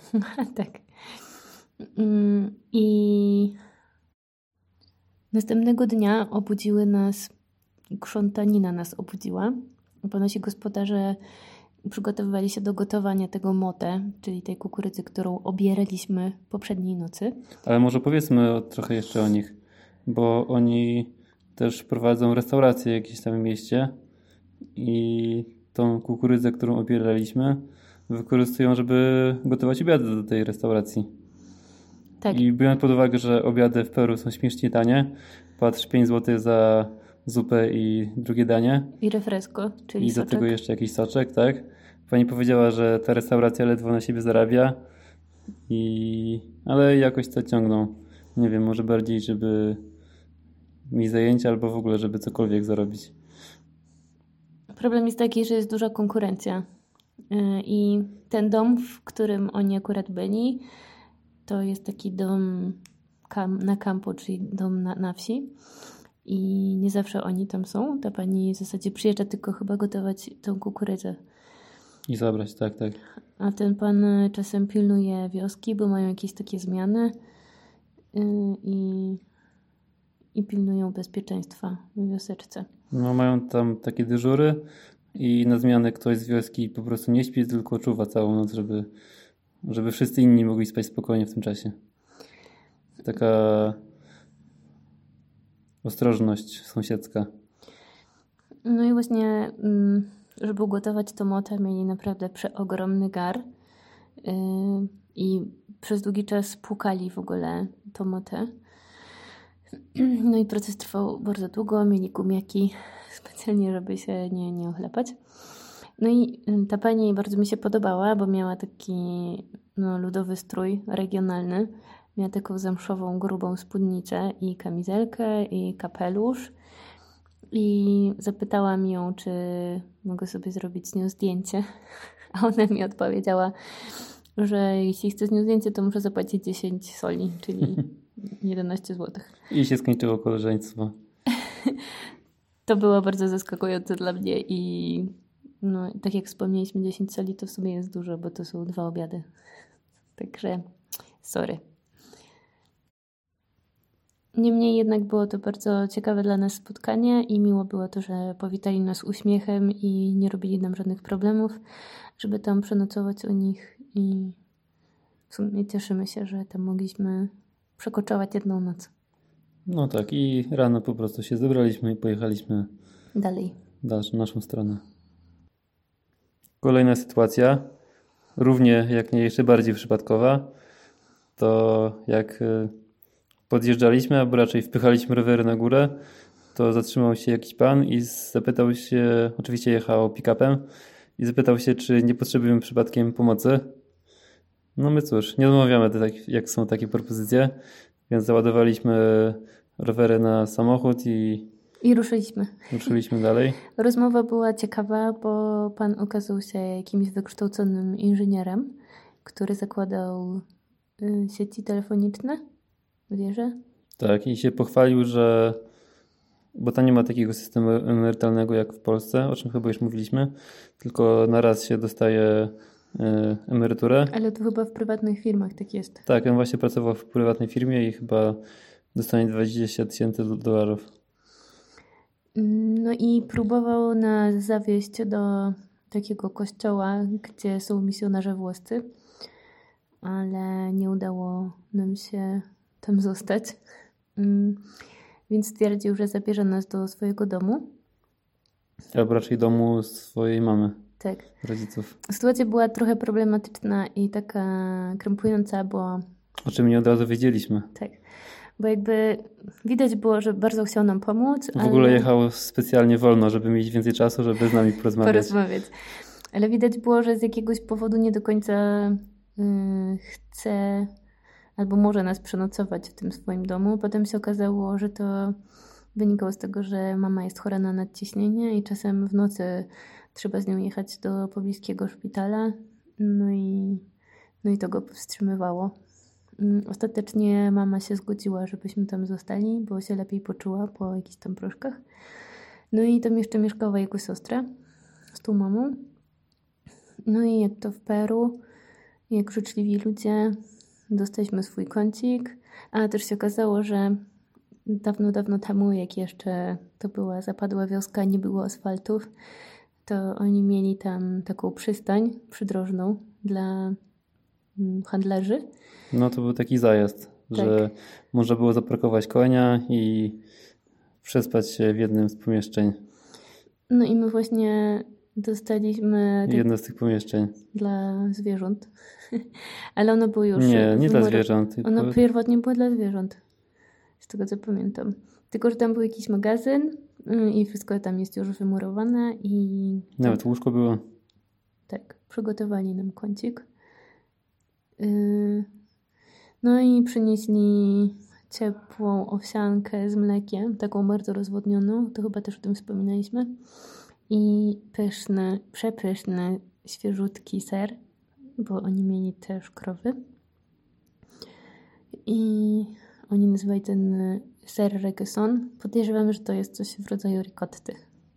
Tak. Mm, I następnego dnia obudziły nas, krzątanina nas obudziła. Ponosi gospodarze przygotowywali się do gotowania tego mote, czyli tej kukurydzy, którą obieraliśmy poprzedniej nocy. Ale może powiedzmy o, trochę jeszcze o nich, bo oni też prowadzą restaurację jakieś tam w mieście i tą kukurydzę, którą obieraliśmy, wykorzystują, żeby gotować obiady do tej restauracji. Tak. I biorąc pod uwagę, że obiady w Peru są śmiesznie tanie, patrz pięć złotych za zupę i drugie danie. I refresco, czyli I do soczek. tego jeszcze jakiś soczek, tak? Pani powiedziała, że ta restauracja ledwo na siebie zarabia, i... ale jakoś to ciągną. Nie wiem, może bardziej, żeby mieć zajęcia, albo w ogóle, żeby cokolwiek zarobić. Problem jest taki, że jest duża konkurencja. I ten dom, w którym oni akurat byli, to jest taki dom kam- na kampu, czyli dom na, na wsi. I nie zawsze oni tam są. Ta pani w zasadzie przyjeżdża tylko chyba gotować tą kukurydzę. I zabrać, tak, tak. A ten pan czasem pilnuje wioski, bo mają jakieś takie zmiany yy, i, i pilnują bezpieczeństwa w wioseczce. No mają tam takie dyżury i na zmianę ktoś z wioski po prostu nie śpi, tylko czuwa całą noc, żeby, żeby wszyscy inni mogli spać spokojnie w tym czasie. Taka ostrożność sąsiedzka. No i właśnie, żeby ugotować to motę, mieli naprawdę przeogromny gar yy, i przez długi czas płukali w ogóle to motę. No i proces trwał bardzo długo, mieli gumiaki specjalnie, żeby się nie, nie ochlepać. No i ta pani bardzo mi się podobała, bo miała taki no, ludowy strój regionalny. Miała taką zamszową, grubą spódnicę i kamizelkę i kapelusz. I zapytałam ją, czy mogę sobie zrobić z nią zdjęcie. A ona mi odpowiedziała, że jeśli chcę z nią zdjęcie, to muszę zapłacić dziesięć soli, czyli jedenaście złotych. I się skończyło koleżeństwo. To było bardzo zaskakujące dla mnie i no, tak jak wspomnieliśmy, dziesięć soli to w sumie jest dużo, bo to są dwa obiady. Także sorry. Niemniej jednak było to bardzo ciekawe dla nas spotkanie i miło było to, że powitali nas uśmiechem i nie robili nam żadnych problemów, żeby tam przenocować u nich i w sumie cieszymy się, że tam mogliśmy przekoczować jedną noc. No tak, i rano po prostu się zebraliśmy i pojechaliśmy dalej w naszą stronę. Kolejna sytuacja, równie jak nie jeszcze bardziej przypadkowa, to jak podjeżdżaliśmy, albo raczej wpychaliśmy rowery na górę, to zatrzymał się jakiś pan i zapytał się, oczywiście jechał pick-upem, i zapytał się, czy nie potrzebujemy przypadkiem pomocy. No my cóż, nie odmawiamy, tak, jak są takie propozycje, więc załadowaliśmy rowery na samochód i, I ruszyliśmy. ruszyliśmy dalej. Rozmowa była ciekawa, bo pan okazał się jakimś wykształconym inżynierem, który zakładał y, sieci telefoniczne, wieże. Tak, i się pochwalił, że bo tam nie ma takiego systemu emerytalnego jak w Polsce, o czym chyba już mówiliśmy, tylko na raz się dostaje y, emeryturę. Ale to chyba w prywatnych firmach tak jest. Tak, on właśnie pracował w prywatnej firmie i chyba dostanie dwadzieścia tysięcy dolarów. No i próbował nas zawieźć do takiego kościoła, gdzie są misjonarze włoscy, ale nie udało nam się tam zostać. Więc stwierdził, że zabierze nas do swojego domu. Albo raczej domu swojej mamy. Tak. Rodziców. Sytuacja była trochę problematyczna i taka krępująca, bo... O czym nie od razu wiedzieliśmy. Tak. Bo jakby widać było, że bardzo chciał nam pomóc. W ale... ogóle jechał specjalnie wolno, żeby mieć więcej czasu, żeby z nami porozmawiać. porozmawiać. Ale widać było, że z jakiegoś powodu nie do końca yy, chce albo może nas przenocować w tym swoim domu. Potem się okazało, że to wynikało z tego, że mama jest chora na nadciśnienie i czasem w nocy trzeba z nią jechać do pobliskiego szpitala. No i, no i to go powstrzymywało. Ostatecznie mama się zgodziła, żebyśmy tam zostali, bo się lepiej poczuła po jakichś tam proszkach. No i tam jeszcze mieszkała jego siostra z tą mamą. No i jak to w Peru, jak życzliwi ludzie, dostaliśmy swój kącik, a też się okazało, że dawno, dawno temu, jak jeszcze to była zapadła wioska, nie było asfaltów, to oni mieli tam taką przystań przydrożną dla handlarzy. No to był taki zajazd, tak. Że można było zaparkować konia i przespać się w jednym z pomieszczeń. No i my właśnie dostaliśmy... Jedno z tych pomieszczeń. Dla zwierząt. Ale ono było już... Nie, nie dla zwierząt. Tylko... Ono pierwotnie było dla zwierząt. Z tego co pamiętam. Tylko, że tam był jakiś magazyn i wszystko tam jest już wymurowane i... Nawet łóżko było. Tak, przygotowali nam kącik. No i przynieśli ciepłą owsiankę z mlekiem, taką bardzo rozwodnioną, to chyba też o tym wspominaliśmy. I pyszny, przepyszny, świeżutki ser, bo oni mieli też krowy. I oni nazywali ten ser requesón. Podejrzewam, że to jest coś w rodzaju ricotty.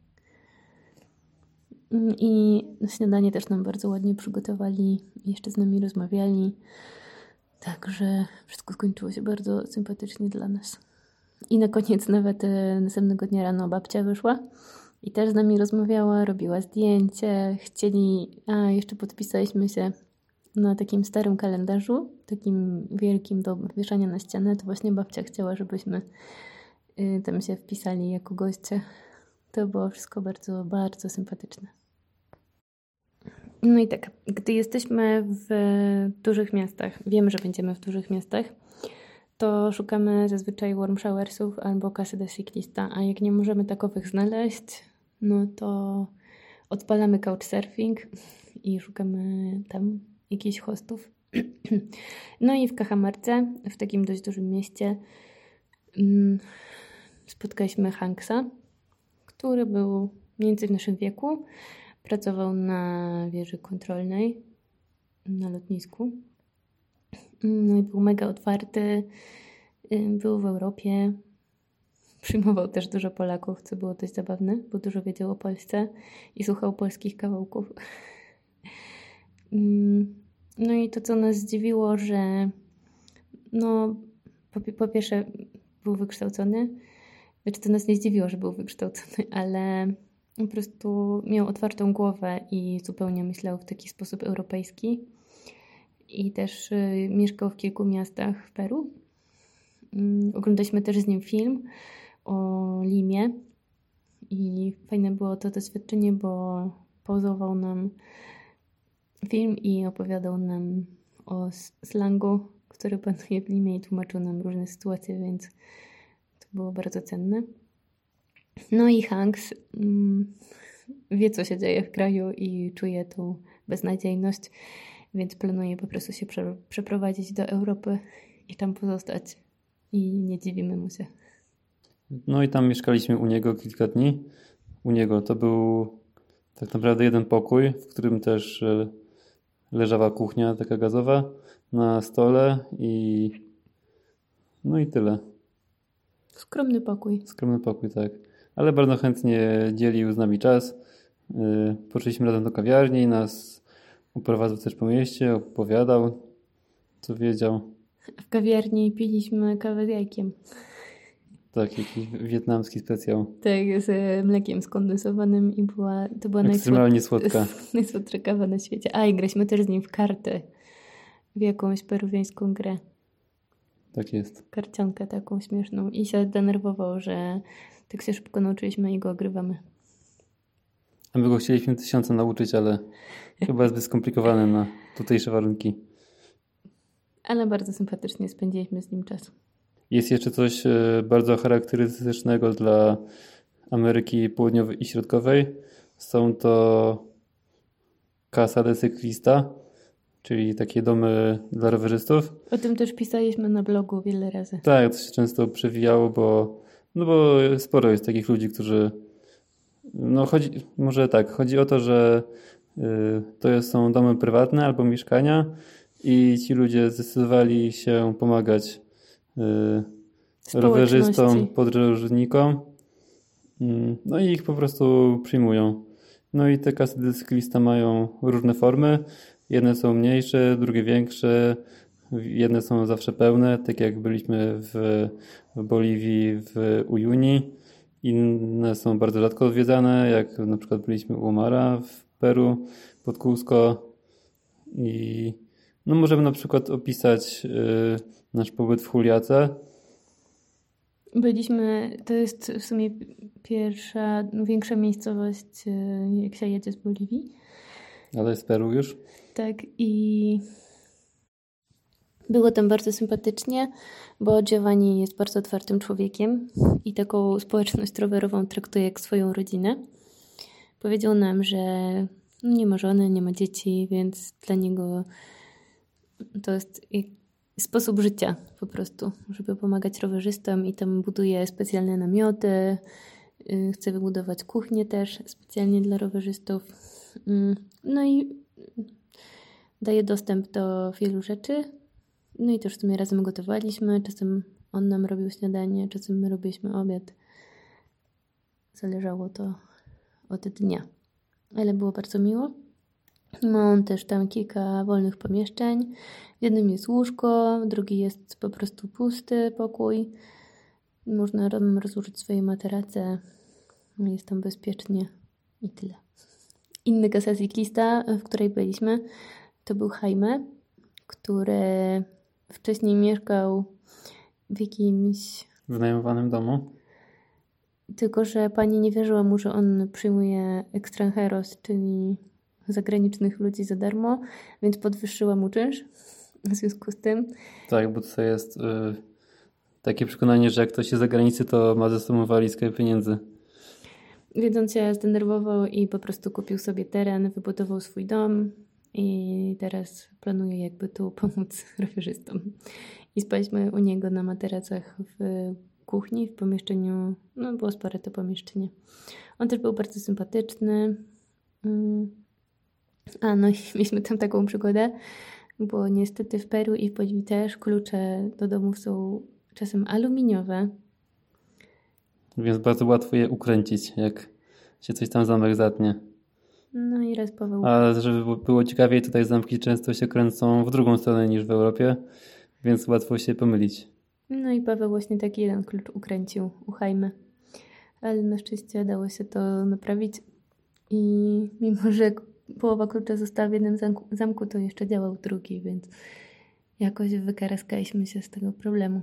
I na śniadanie też nam bardzo ładnie przygotowali i jeszcze z nami rozmawiali. Także wszystko skończyło się bardzo sympatycznie dla nas. I na koniec nawet e, następnego dnia rano babcia wyszła i też z nami rozmawiała, robiła zdjęcie. Chcieli, a jeszcze podpisaliśmy się na takim starym kalendarzu, takim wielkim do wieszania na ścianę. To właśnie babcia chciała, żebyśmy y, tam się wpisali jako goście. To było wszystko bardzo, bardzo sympatyczne. No i tak, gdy jesteśmy w dużych miastach, wiemy, że będziemy w dużych miastach, to szukamy zazwyczaj warm showersów albo casy de ciclista, a jak nie możemy takowych znaleźć, no to odpalamy couchsurfing i szukamy tam jakichś hostów. No i w Cajamarce, w takim dość dużym mieście, spotkaliśmy Hanksa, który był mniej więcej w naszym wieku. Pracował na wieży kontrolnej na lotnisku. No i był mega otwarty. Był w Europie. Przyjmował też dużo Polaków, co było dość zabawne, bo dużo wiedział o Polsce i słuchał polskich kawałków. No i to, co nas zdziwiło, że no po, po pierwsze był wykształcony. Znaczy to nas nie zdziwiło, że był wykształcony, ale po prostu miał otwartą głowę i zupełnie myślał w taki sposób europejski. I też y, mieszkał w kilku miastach w Peru. Y, oglądaliśmy też z nim film o Limie i fajne było to doświadczenie, bo pauzował nam film i opowiadał nam o slangu, który panuje w Limie i tłumaczył nam różne sytuacje, więc to było bardzo cenne. No i Hanks mm, wie, co się dzieje w kraju i czuje tą beznadziejność, więc planuje po prostu się prze- przeprowadzić do Europy i tam pozostać. I nie dziwimy mu się. No i tam mieszkaliśmy u niego kilka dni. U niego to był tak naprawdę jeden pokój, w którym też leżała kuchnia taka gazowa na stole i no i tyle. Skromny pokój. Skromny pokój, tak. Ale bardzo chętnie dzielił z nami czas. Yy, poszliśmy razem do kawiarni, nas uprowadzał też po mieście, opowiadał, co wiedział. W kawiarni piliśmy kawę z jajkiem. Tak, jakiś wietnamski specjał. Tak, z mlekiem skondensowanym i była, to była ekstremalnie najsłod... słodka. najsłodsza kawa na świecie. A i graliśmy też z nim w karty. W jakąś peruwiańską grę. Tak jest. Karciankę taką śmieszną. I się denerwował, że tak się szybko nauczyliśmy i go ogrywamy. A my go chcieliśmy tysiąca nauczyć, ale chyba zbyt skomplikowane na tutejsze warunki. Ale bardzo sympatycznie spędziliśmy z nim czas. Jest jeszcze coś bardzo charakterystycznego dla Ameryki Południowej i Środkowej. Są to Casa de Ciclista, czyli takie domy dla rowerzystów. O tym też pisaliśmy na blogu wiele razy. Tak, to się często przewijało, bo, no bo sporo jest takich ludzi, którzy... No chodzi, może tak, chodzi o to, że y, to są domy prywatne albo mieszkania i ci ludzie zdecydowali się pomagać y, rowerzystom, podróżnikom. Y, no i ich po prostu przyjmują. No i te kasy de cyklista mają różne formy. Jedne są mniejsze, drugie większe, jedne są zawsze pełne, tak jak byliśmy w, w Boliwii w Uyuni. Inne są bardzo rzadko odwiedzane, jak na przykład byliśmy u Omara w Peru, pod Cusco. I no możemy na przykład opisać y, nasz pobyt w Juliace. Byliśmy, to jest w sumie pierwsza, no, większa miejscowość, y, jak się jedzie z Boliwii. Ale z Peru już. Tak, i było tam bardzo sympatycznie, bo Giovanni jest bardzo otwartym człowiekiem i taką społeczność rowerową traktuje jak swoją rodzinę. Powiedział nam, że nie ma żony, nie ma dzieci, więc dla niego to jest sposób życia po prostu, żeby pomagać rowerzystom i tam buduje specjalne namioty, chce wybudować kuchnię też specjalnie dla rowerzystów. No i daje dostęp do wielu rzeczy. No i też w sumie razem gotowaliśmy. Czasem on nam robił śniadanie, czasem my robiliśmy obiad. Zależało to od dnia. Ale było bardzo miło. Ma on też tam kilka wolnych pomieszczeń. W jednym jest łóżko, w drugi jest po prostu pusty pokój. Można rozłożyć swoje materace. Jest tam bezpiecznie i tyle. Inny kasa cyklista, w której byliśmy, to był Jaime, który wcześniej mieszkał w jakimś wynajmowanym domu. Tylko że pani nie wierzyła mu, że on przyjmuje extranjeros, czyli zagranicznych ludzi za darmo, więc podwyższyła mu czynsz w związku z tym. Tak, bo to jest y, takie przekonanie, że jak ktoś jest za granicy, to ma ze sobą walizkę pieniędzy. Więc się zdenerwował i po prostu kupił sobie teren, wybudował swój dom i teraz planuje jakby tu pomóc rowerzystom. I spaliśmy u niego na materacach w kuchni, w pomieszczeniu, no było spore to pomieszczenie. On też był bardzo sympatyczny. A no i mieliśmy tam taką przygodę, bo niestety w Peru i w Boliwii też klucze do domów są czasem aluminiowe. Więc bardzo łatwo je ukręcić, jak się coś tam zamek zatnie. No i raz Paweł... A żeby było ciekawiej, tutaj zamki często się kręcą w drugą stronę niż w Europie, więc łatwo się pomylić. No i Paweł właśnie taki jeden klucz ukręcił u Jaime. Ale na szczęście dało się to naprawić i mimo, że połowa klucza została w jednym zamku, zamku to jeszcze działał drugi, więc jakoś wykaraskaliśmy się z tego problemu.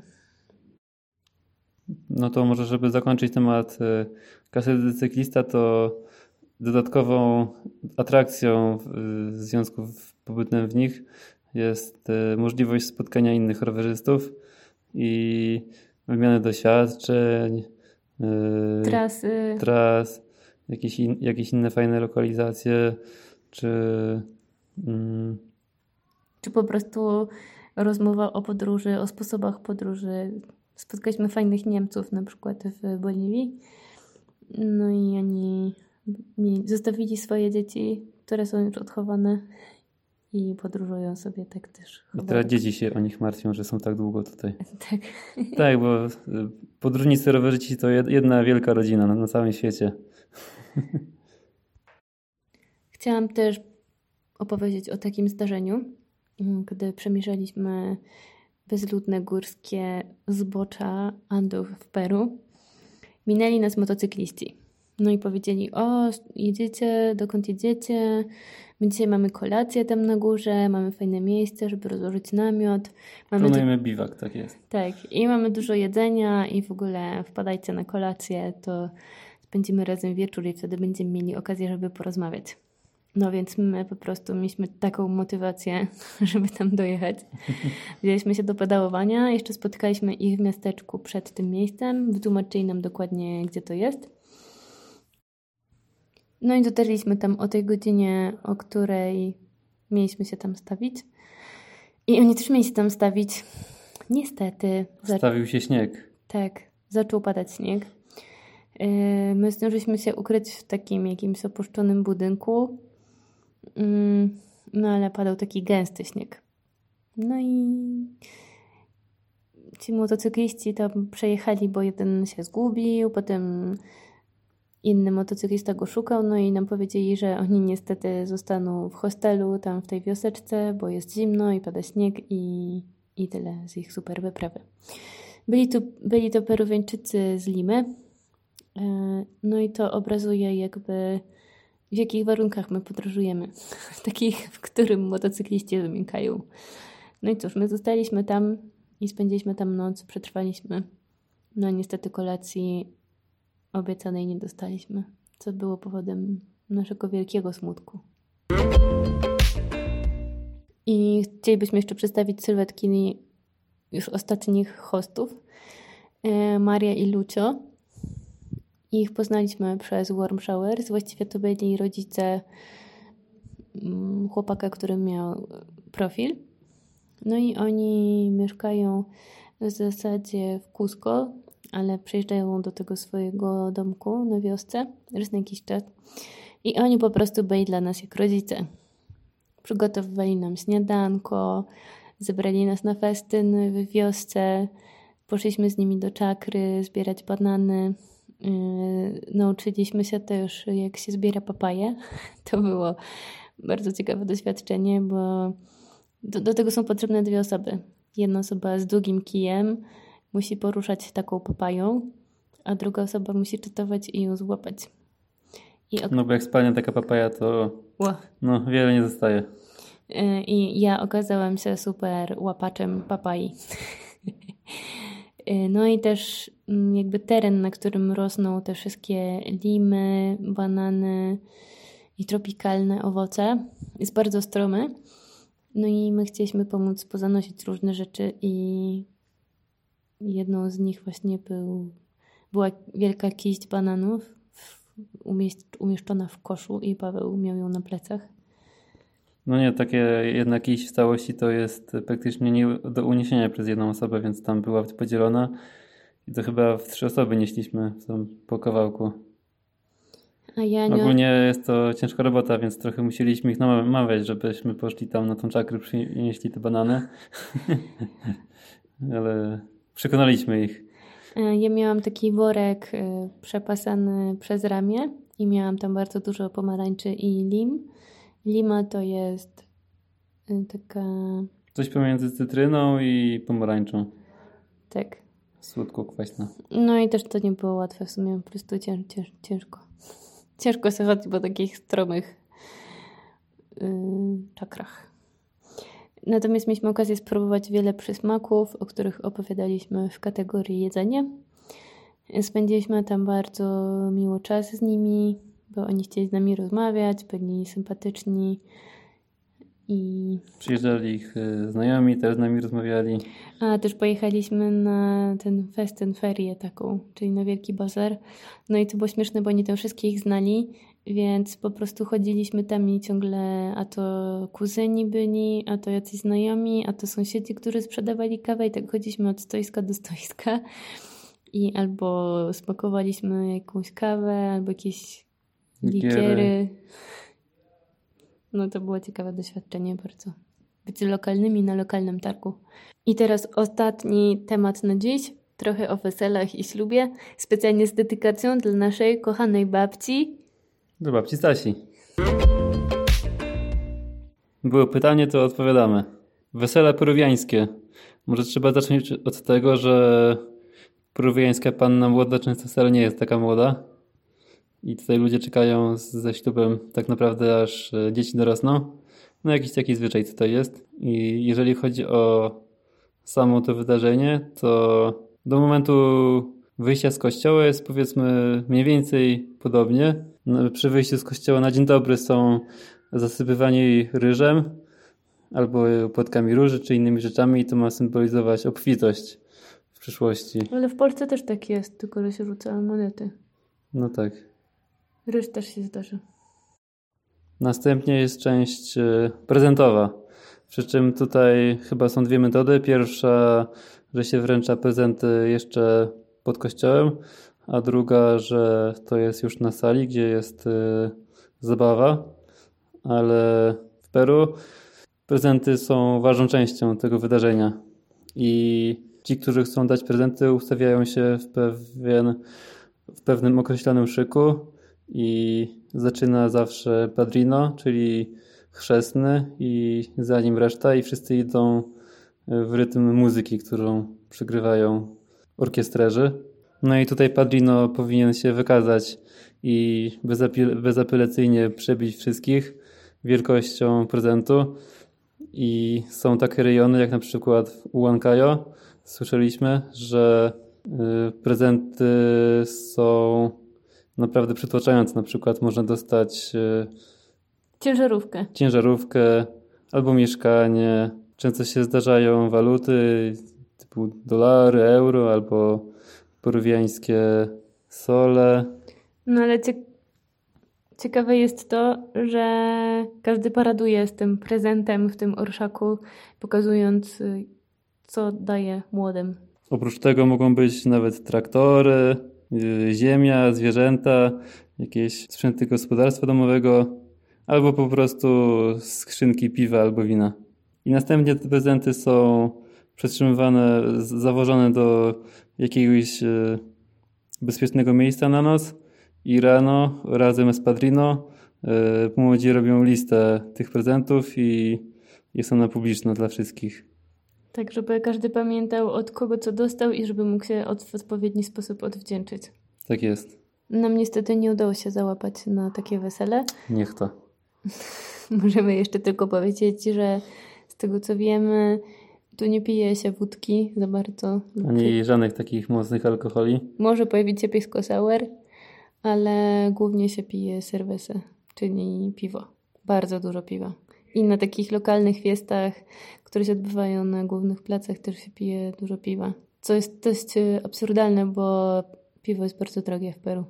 No to może, żeby zakończyć temat kasety cyklista, to dodatkową atrakcją w związku z pobytem w nich jest możliwość spotkania innych rowerzystów i wymiany doświadczeń, trasy, tras, jakieś, in, jakieś inne fajne lokalizacje, czy... Mm, czy po prostu rozmowa o podróży, o sposobach podróży. Spotkaliśmy fajnych Niemców na przykład w Boliwii. No i oni zostawili swoje dzieci, które są już odchowane i podróżują sobie tak też. I teraz dzieci się o nich martwią, że są tak długo tutaj. Tak. Tak, bo podróżnicy rowerzyści to jedna wielka rodzina na, na całym świecie. Chciałam też opowiedzieć o takim zdarzeniu, gdy przemierzaliśmy bezludne górskie zbocza Andów w Peru. Minęli nas motocykliści. No i powiedzieli: o, jedziecie, dokąd jedziecie? My dzisiaj mamy kolację tam na górze, mamy fajne miejsce, żeby rozłożyć namiot. Mamy Planujemy du- biwak, tak jest. Tak, i mamy dużo jedzenia i w ogóle wpadajcie na kolację, to spędzimy razem wieczór i wtedy będziemy mieli okazję, żeby porozmawiać. No więc my po prostu mieliśmy taką motywację, żeby tam dojechać. Wzięliśmy się do pedałowania, jeszcze spotkaliśmy ich w miasteczku przed tym miejscem, wytłumaczyli nam dokładnie, gdzie to jest. No i dotarliśmy tam o tej godzinie, o której mieliśmy się tam stawić. I oni też mieli się tam stawić. Niestety. Stawił się śnieg. Tak, zaczął padać śnieg. My zdążyliśmy się ukryć w takim jakimś opuszczonym budynku. No ale padał taki gęsty śnieg. No i ci motocykliści tam przejechali, bo jeden się zgubił, potem inny motocyklista go szukał, no i nam powiedzieli, że oni niestety zostaną w hostelu tam w tej wioseczce, bo jest zimno i pada śnieg i, i tyle z ich super wyprawy. Byli, tu, byli to Peruwiańczycy z Limy, no i to obrazuje jakby w jakich warunkach my podróżujemy, w takich, w którym motocykliści wymiękają. No i cóż, my zostaliśmy tam i spędziliśmy tam noc, przetrwaliśmy. No niestety kolacji obiecanej nie dostaliśmy, co było powodem naszego wielkiego smutku. I chcielibyśmy jeszcze przedstawić sylwetki już ostatnich hostów. Maria i Lucio. Ich poznaliśmy przez Warm Showers. Właściwie to byli rodzice chłopaka, który miał profil. No i oni mieszkają w zasadzie w Cusco, ale przyjeżdżają do tego swojego domku na wiosce raz na jakiś czas. I oni po prostu byli dla nas jak rodzice. Przygotowywali nam śniadanko, zebrali nas na festyn w wiosce, poszliśmy z nimi do czakry zbierać banany. Yy, nauczyliśmy się też, jak się zbiera papaję. To było bardzo ciekawe doświadczenie, bo do, do tego są potrzebne dwie osoby. Jedna osoba z długim kijem musi poruszać taką papają, a druga osoba musi czytować i ją złapać. I ok- no bo jak spadnie taka papaja, to Ło. no wiele nie zostaje. Yy, I ja okazałam się super łapaczem papai. No i też jakby teren, na którym rosną te wszystkie limy, banany i tropikalne owoce, jest bardzo stromy. No i my chcieliśmy pomóc pozanosić różne rzeczy i jedną z nich właśnie był, była wielka kiść bananów umieszczona w koszu i Paweł miał ją na plecach. No nie, takie jednak iść w całości to jest praktycznie nie do uniesienia przez jedną osobę, więc tam była podzielona i to chyba w trzy osoby nieśliśmy tam po kawałku. A ja nie... Ogólnie jest to ciężka robota, więc trochę musieliśmy ich namawiać, żebyśmy poszli tam na tą czakrę, przynieśli te banany. Ale przekonaliśmy ich. Ja miałam taki worek przepasany przez ramię i miałam tam bardzo dużo pomarańczy i lim. Lima to jest taka... Coś pomiędzy cytryną i pomarańczą. Tak. Słodko-kwaśna. No i też to nie było łatwe w sumie, po prostu cięż, cięż, ciężko. Ciężko się chodzi po takich stromych yy, czakrach. Natomiast mieliśmy okazję spróbować wiele przysmaków, o których opowiadaliśmy w kategorii jedzenie. Spędziliśmy tam bardzo miło czas z nimi, bo oni chcieli z nami rozmawiać, byli sympatyczni i... Przyjeżdżali ich znajomi, też z nami rozmawiali. A też pojechaliśmy na ten festyn, ferię taką, czyli na Wielki Bazar. No i to było śmieszne, bo oni tam wszystkich znali, więc po prostu chodziliśmy tam i ciągle a to kuzyni byli, a to jacyś znajomi, a to sąsiedzi, którzy sprzedawali kawę i tak chodziliśmy od stoiska do stoiska i albo smakowaliśmy jakąś kawę, albo jakieś likiery. No to było ciekawe doświadczenie bardzo. Być lokalnymi na lokalnym targu. I teraz ostatni temat na dziś. Trochę o weselach i ślubie. Specjalnie z dedykacją dla naszej kochanej babci. Do babci Stasi. Było pytanie, to odpowiadamy. Wesele peruwiańskie. Może trzeba zacząć od tego, że peruwiańska panna młoda często wcale nie jest taka młoda. I tutaj ludzie czekają ze ślubem tak naprawdę aż dzieci dorosną. No jakiś taki zwyczaj tutaj jest. I jeżeli chodzi o samo to wydarzenie, to do momentu wyjścia z kościoła jest powiedzmy mniej więcej podobnie. No, przy wyjściu z kościoła na dzień dobry są zasypywani ryżem albo płatkami róży czy innymi rzeczami i to ma symbolizować obfitość w przyszłości. Ale w Polsce też tak jest, tylko że się rzuca monety. No tak. Ryż też się zdarza. Następnie jest część prezentowa, przy czym tutaj chyba są dwie metody. Pierwsza, że się wręcza prezenty jeszcze pod kościołem, a druga, że to jest już na sali, gdzie jest zabawa, ale w Peru prezenty są ważną częścią tego wydarzenia i ci, którzy chcą dać prezenty, ustawiają się w pewien, w pewnym określonym szyku. i zaczyna zawsze padrino, czyli chrzestny i za nim reszta i wszyscy idą w rytm muzyki, którą przygrywają orkiestrerzy. No i tutaj padrino powinien się wykazać i bezapel- bezapelacyjnie przebić wszystkich wielkością prezentu. I są takie rejony, jak na przykład w Huancayo. Słyszeliśmy, że y, prezenty są naprawdę przytłaczające. Na przykład można dostać y, ciężarówkę. ciężarówkę albo mieszkanie. Często się zdarzają waluty typu dolary, euro albo peruwiańskie sole. No ale cie- ciekawe jest to, że każdy paraduje z tym prezentem w tym orszaku, pokazując, y, co daje młodym. Oprócz tego mogą być nawet traktory, y, ziemia, zwierzęta, jakieś sprzęty gospodarstwa domowego albo po prostu skrzynki piwa albo wina. I następnie te prezenty są przetrzymywane, z- zawożone do jakiegoś y, bezpiecznego miejsca na noc i rano razem z padrino y, młodzi robią listę tych prezentów i jest ona publiczna dla wszystkich. Tak, żeby każdy pamiętał, od kogo co dostał i żeby mógł się od, w odpowiedni sposób odwdzięczyć. Tak jest. Nam niestety nie udało się załapać na takie wesele. Niech to. Możemy jeszcze tylko powiedzieć, że z tego co wiemy, tu nie pije się wódki za bardzo. Ani żadnych takich mocnych alkoholi. Może pojawić się pisco sour, ale głównie się pije cervezę, czyli piwo. Bardzo dużo piwa. I na takich lokalnych fiestach, które się odbywają na głównych placach, też się pije dużo piwa. Co jest dość e, absurdalne, bo piwo jest bardzo drogie w Peru.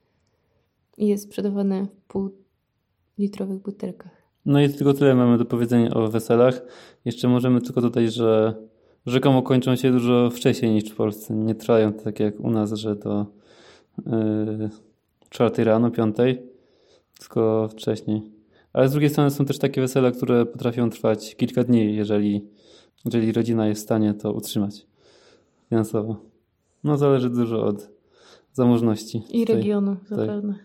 I jest sprzedawane w półlitrowych butelkach. No i tylko tyle mamy do powiedzenia o weselach. Jeszcze możemy tylko dodać, że rzekomo kończą się dużo wcześniej niż w Polsce. Nie trwają tak jak u nas, że do yy, czwartej rano, piątej, tylko wcześniej. Ale z drugiej strony są też takie wesela, które potrafią trwać kilka dni, jeżeli, jeżeli rodzina jest w stanie to utrzymać finansowo. No zależy dużo od zamożności. I tutaj. regionu tak. zapewne.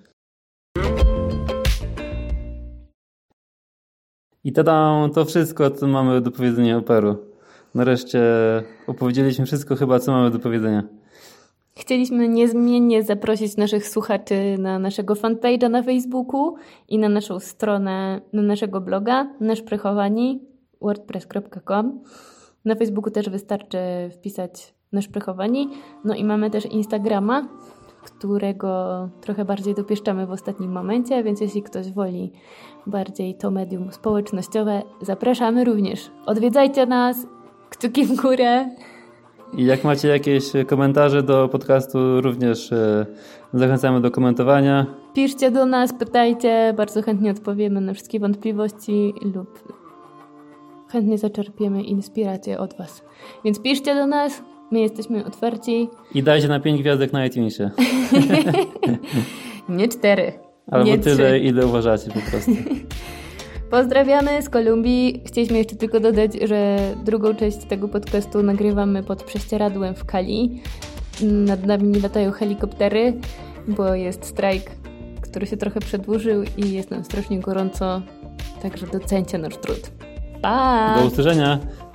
I tada, to wszystko, co mamy do powiedzenia o Peru. Nareszcie opowiedzieliśmy wszystko chyba, co mamy do powiedzenia. Chcieliśmy niezmiennie zaprosić naszych słuchaczy na naszego fanpage'a na Facebooku i na naszą stronę, na naszego bloga naszprechowani wordpress kropka com. Na Facebooku też wystarczy wpisać naszprechowani. No i mamy też Instagrama, którego trochę bardziej dopieszczamy w ostatnim momencie, więc jeśli ktoś woli bardziej to medium społecznościowe, zapraszamy również. Odwiedzajcie nas, kciuki w górę. I jak macie jakieś komentarze do podcastu, również e, zachęcamy do komentowania. Piszcie do nas, pytajcie, bardzo chętnie odpowiemy na wszystkie wątpliwości lub chętnie zaczerpiemy inspirację od Was. Więc piszcie do nas, my jesteśmy otwarci. I dajcie na pięć gwiazdek na iTunesie. Nie cztery. Albo nie tyle, trzy. ile uważacie po prostu. Pozdrawiamy z Kolumbii. Chcieliśmy jeszcze tylko dodać, że drugą część tego podcastu nagrywamy pod prześcieradłem w Cali. Nad nami nie latają helikoptery, bo jest strajk, który się trochę przedłużył i jest nam strasznie gorąco. Także docencie nasz trud. Pa! Do usłyszenia!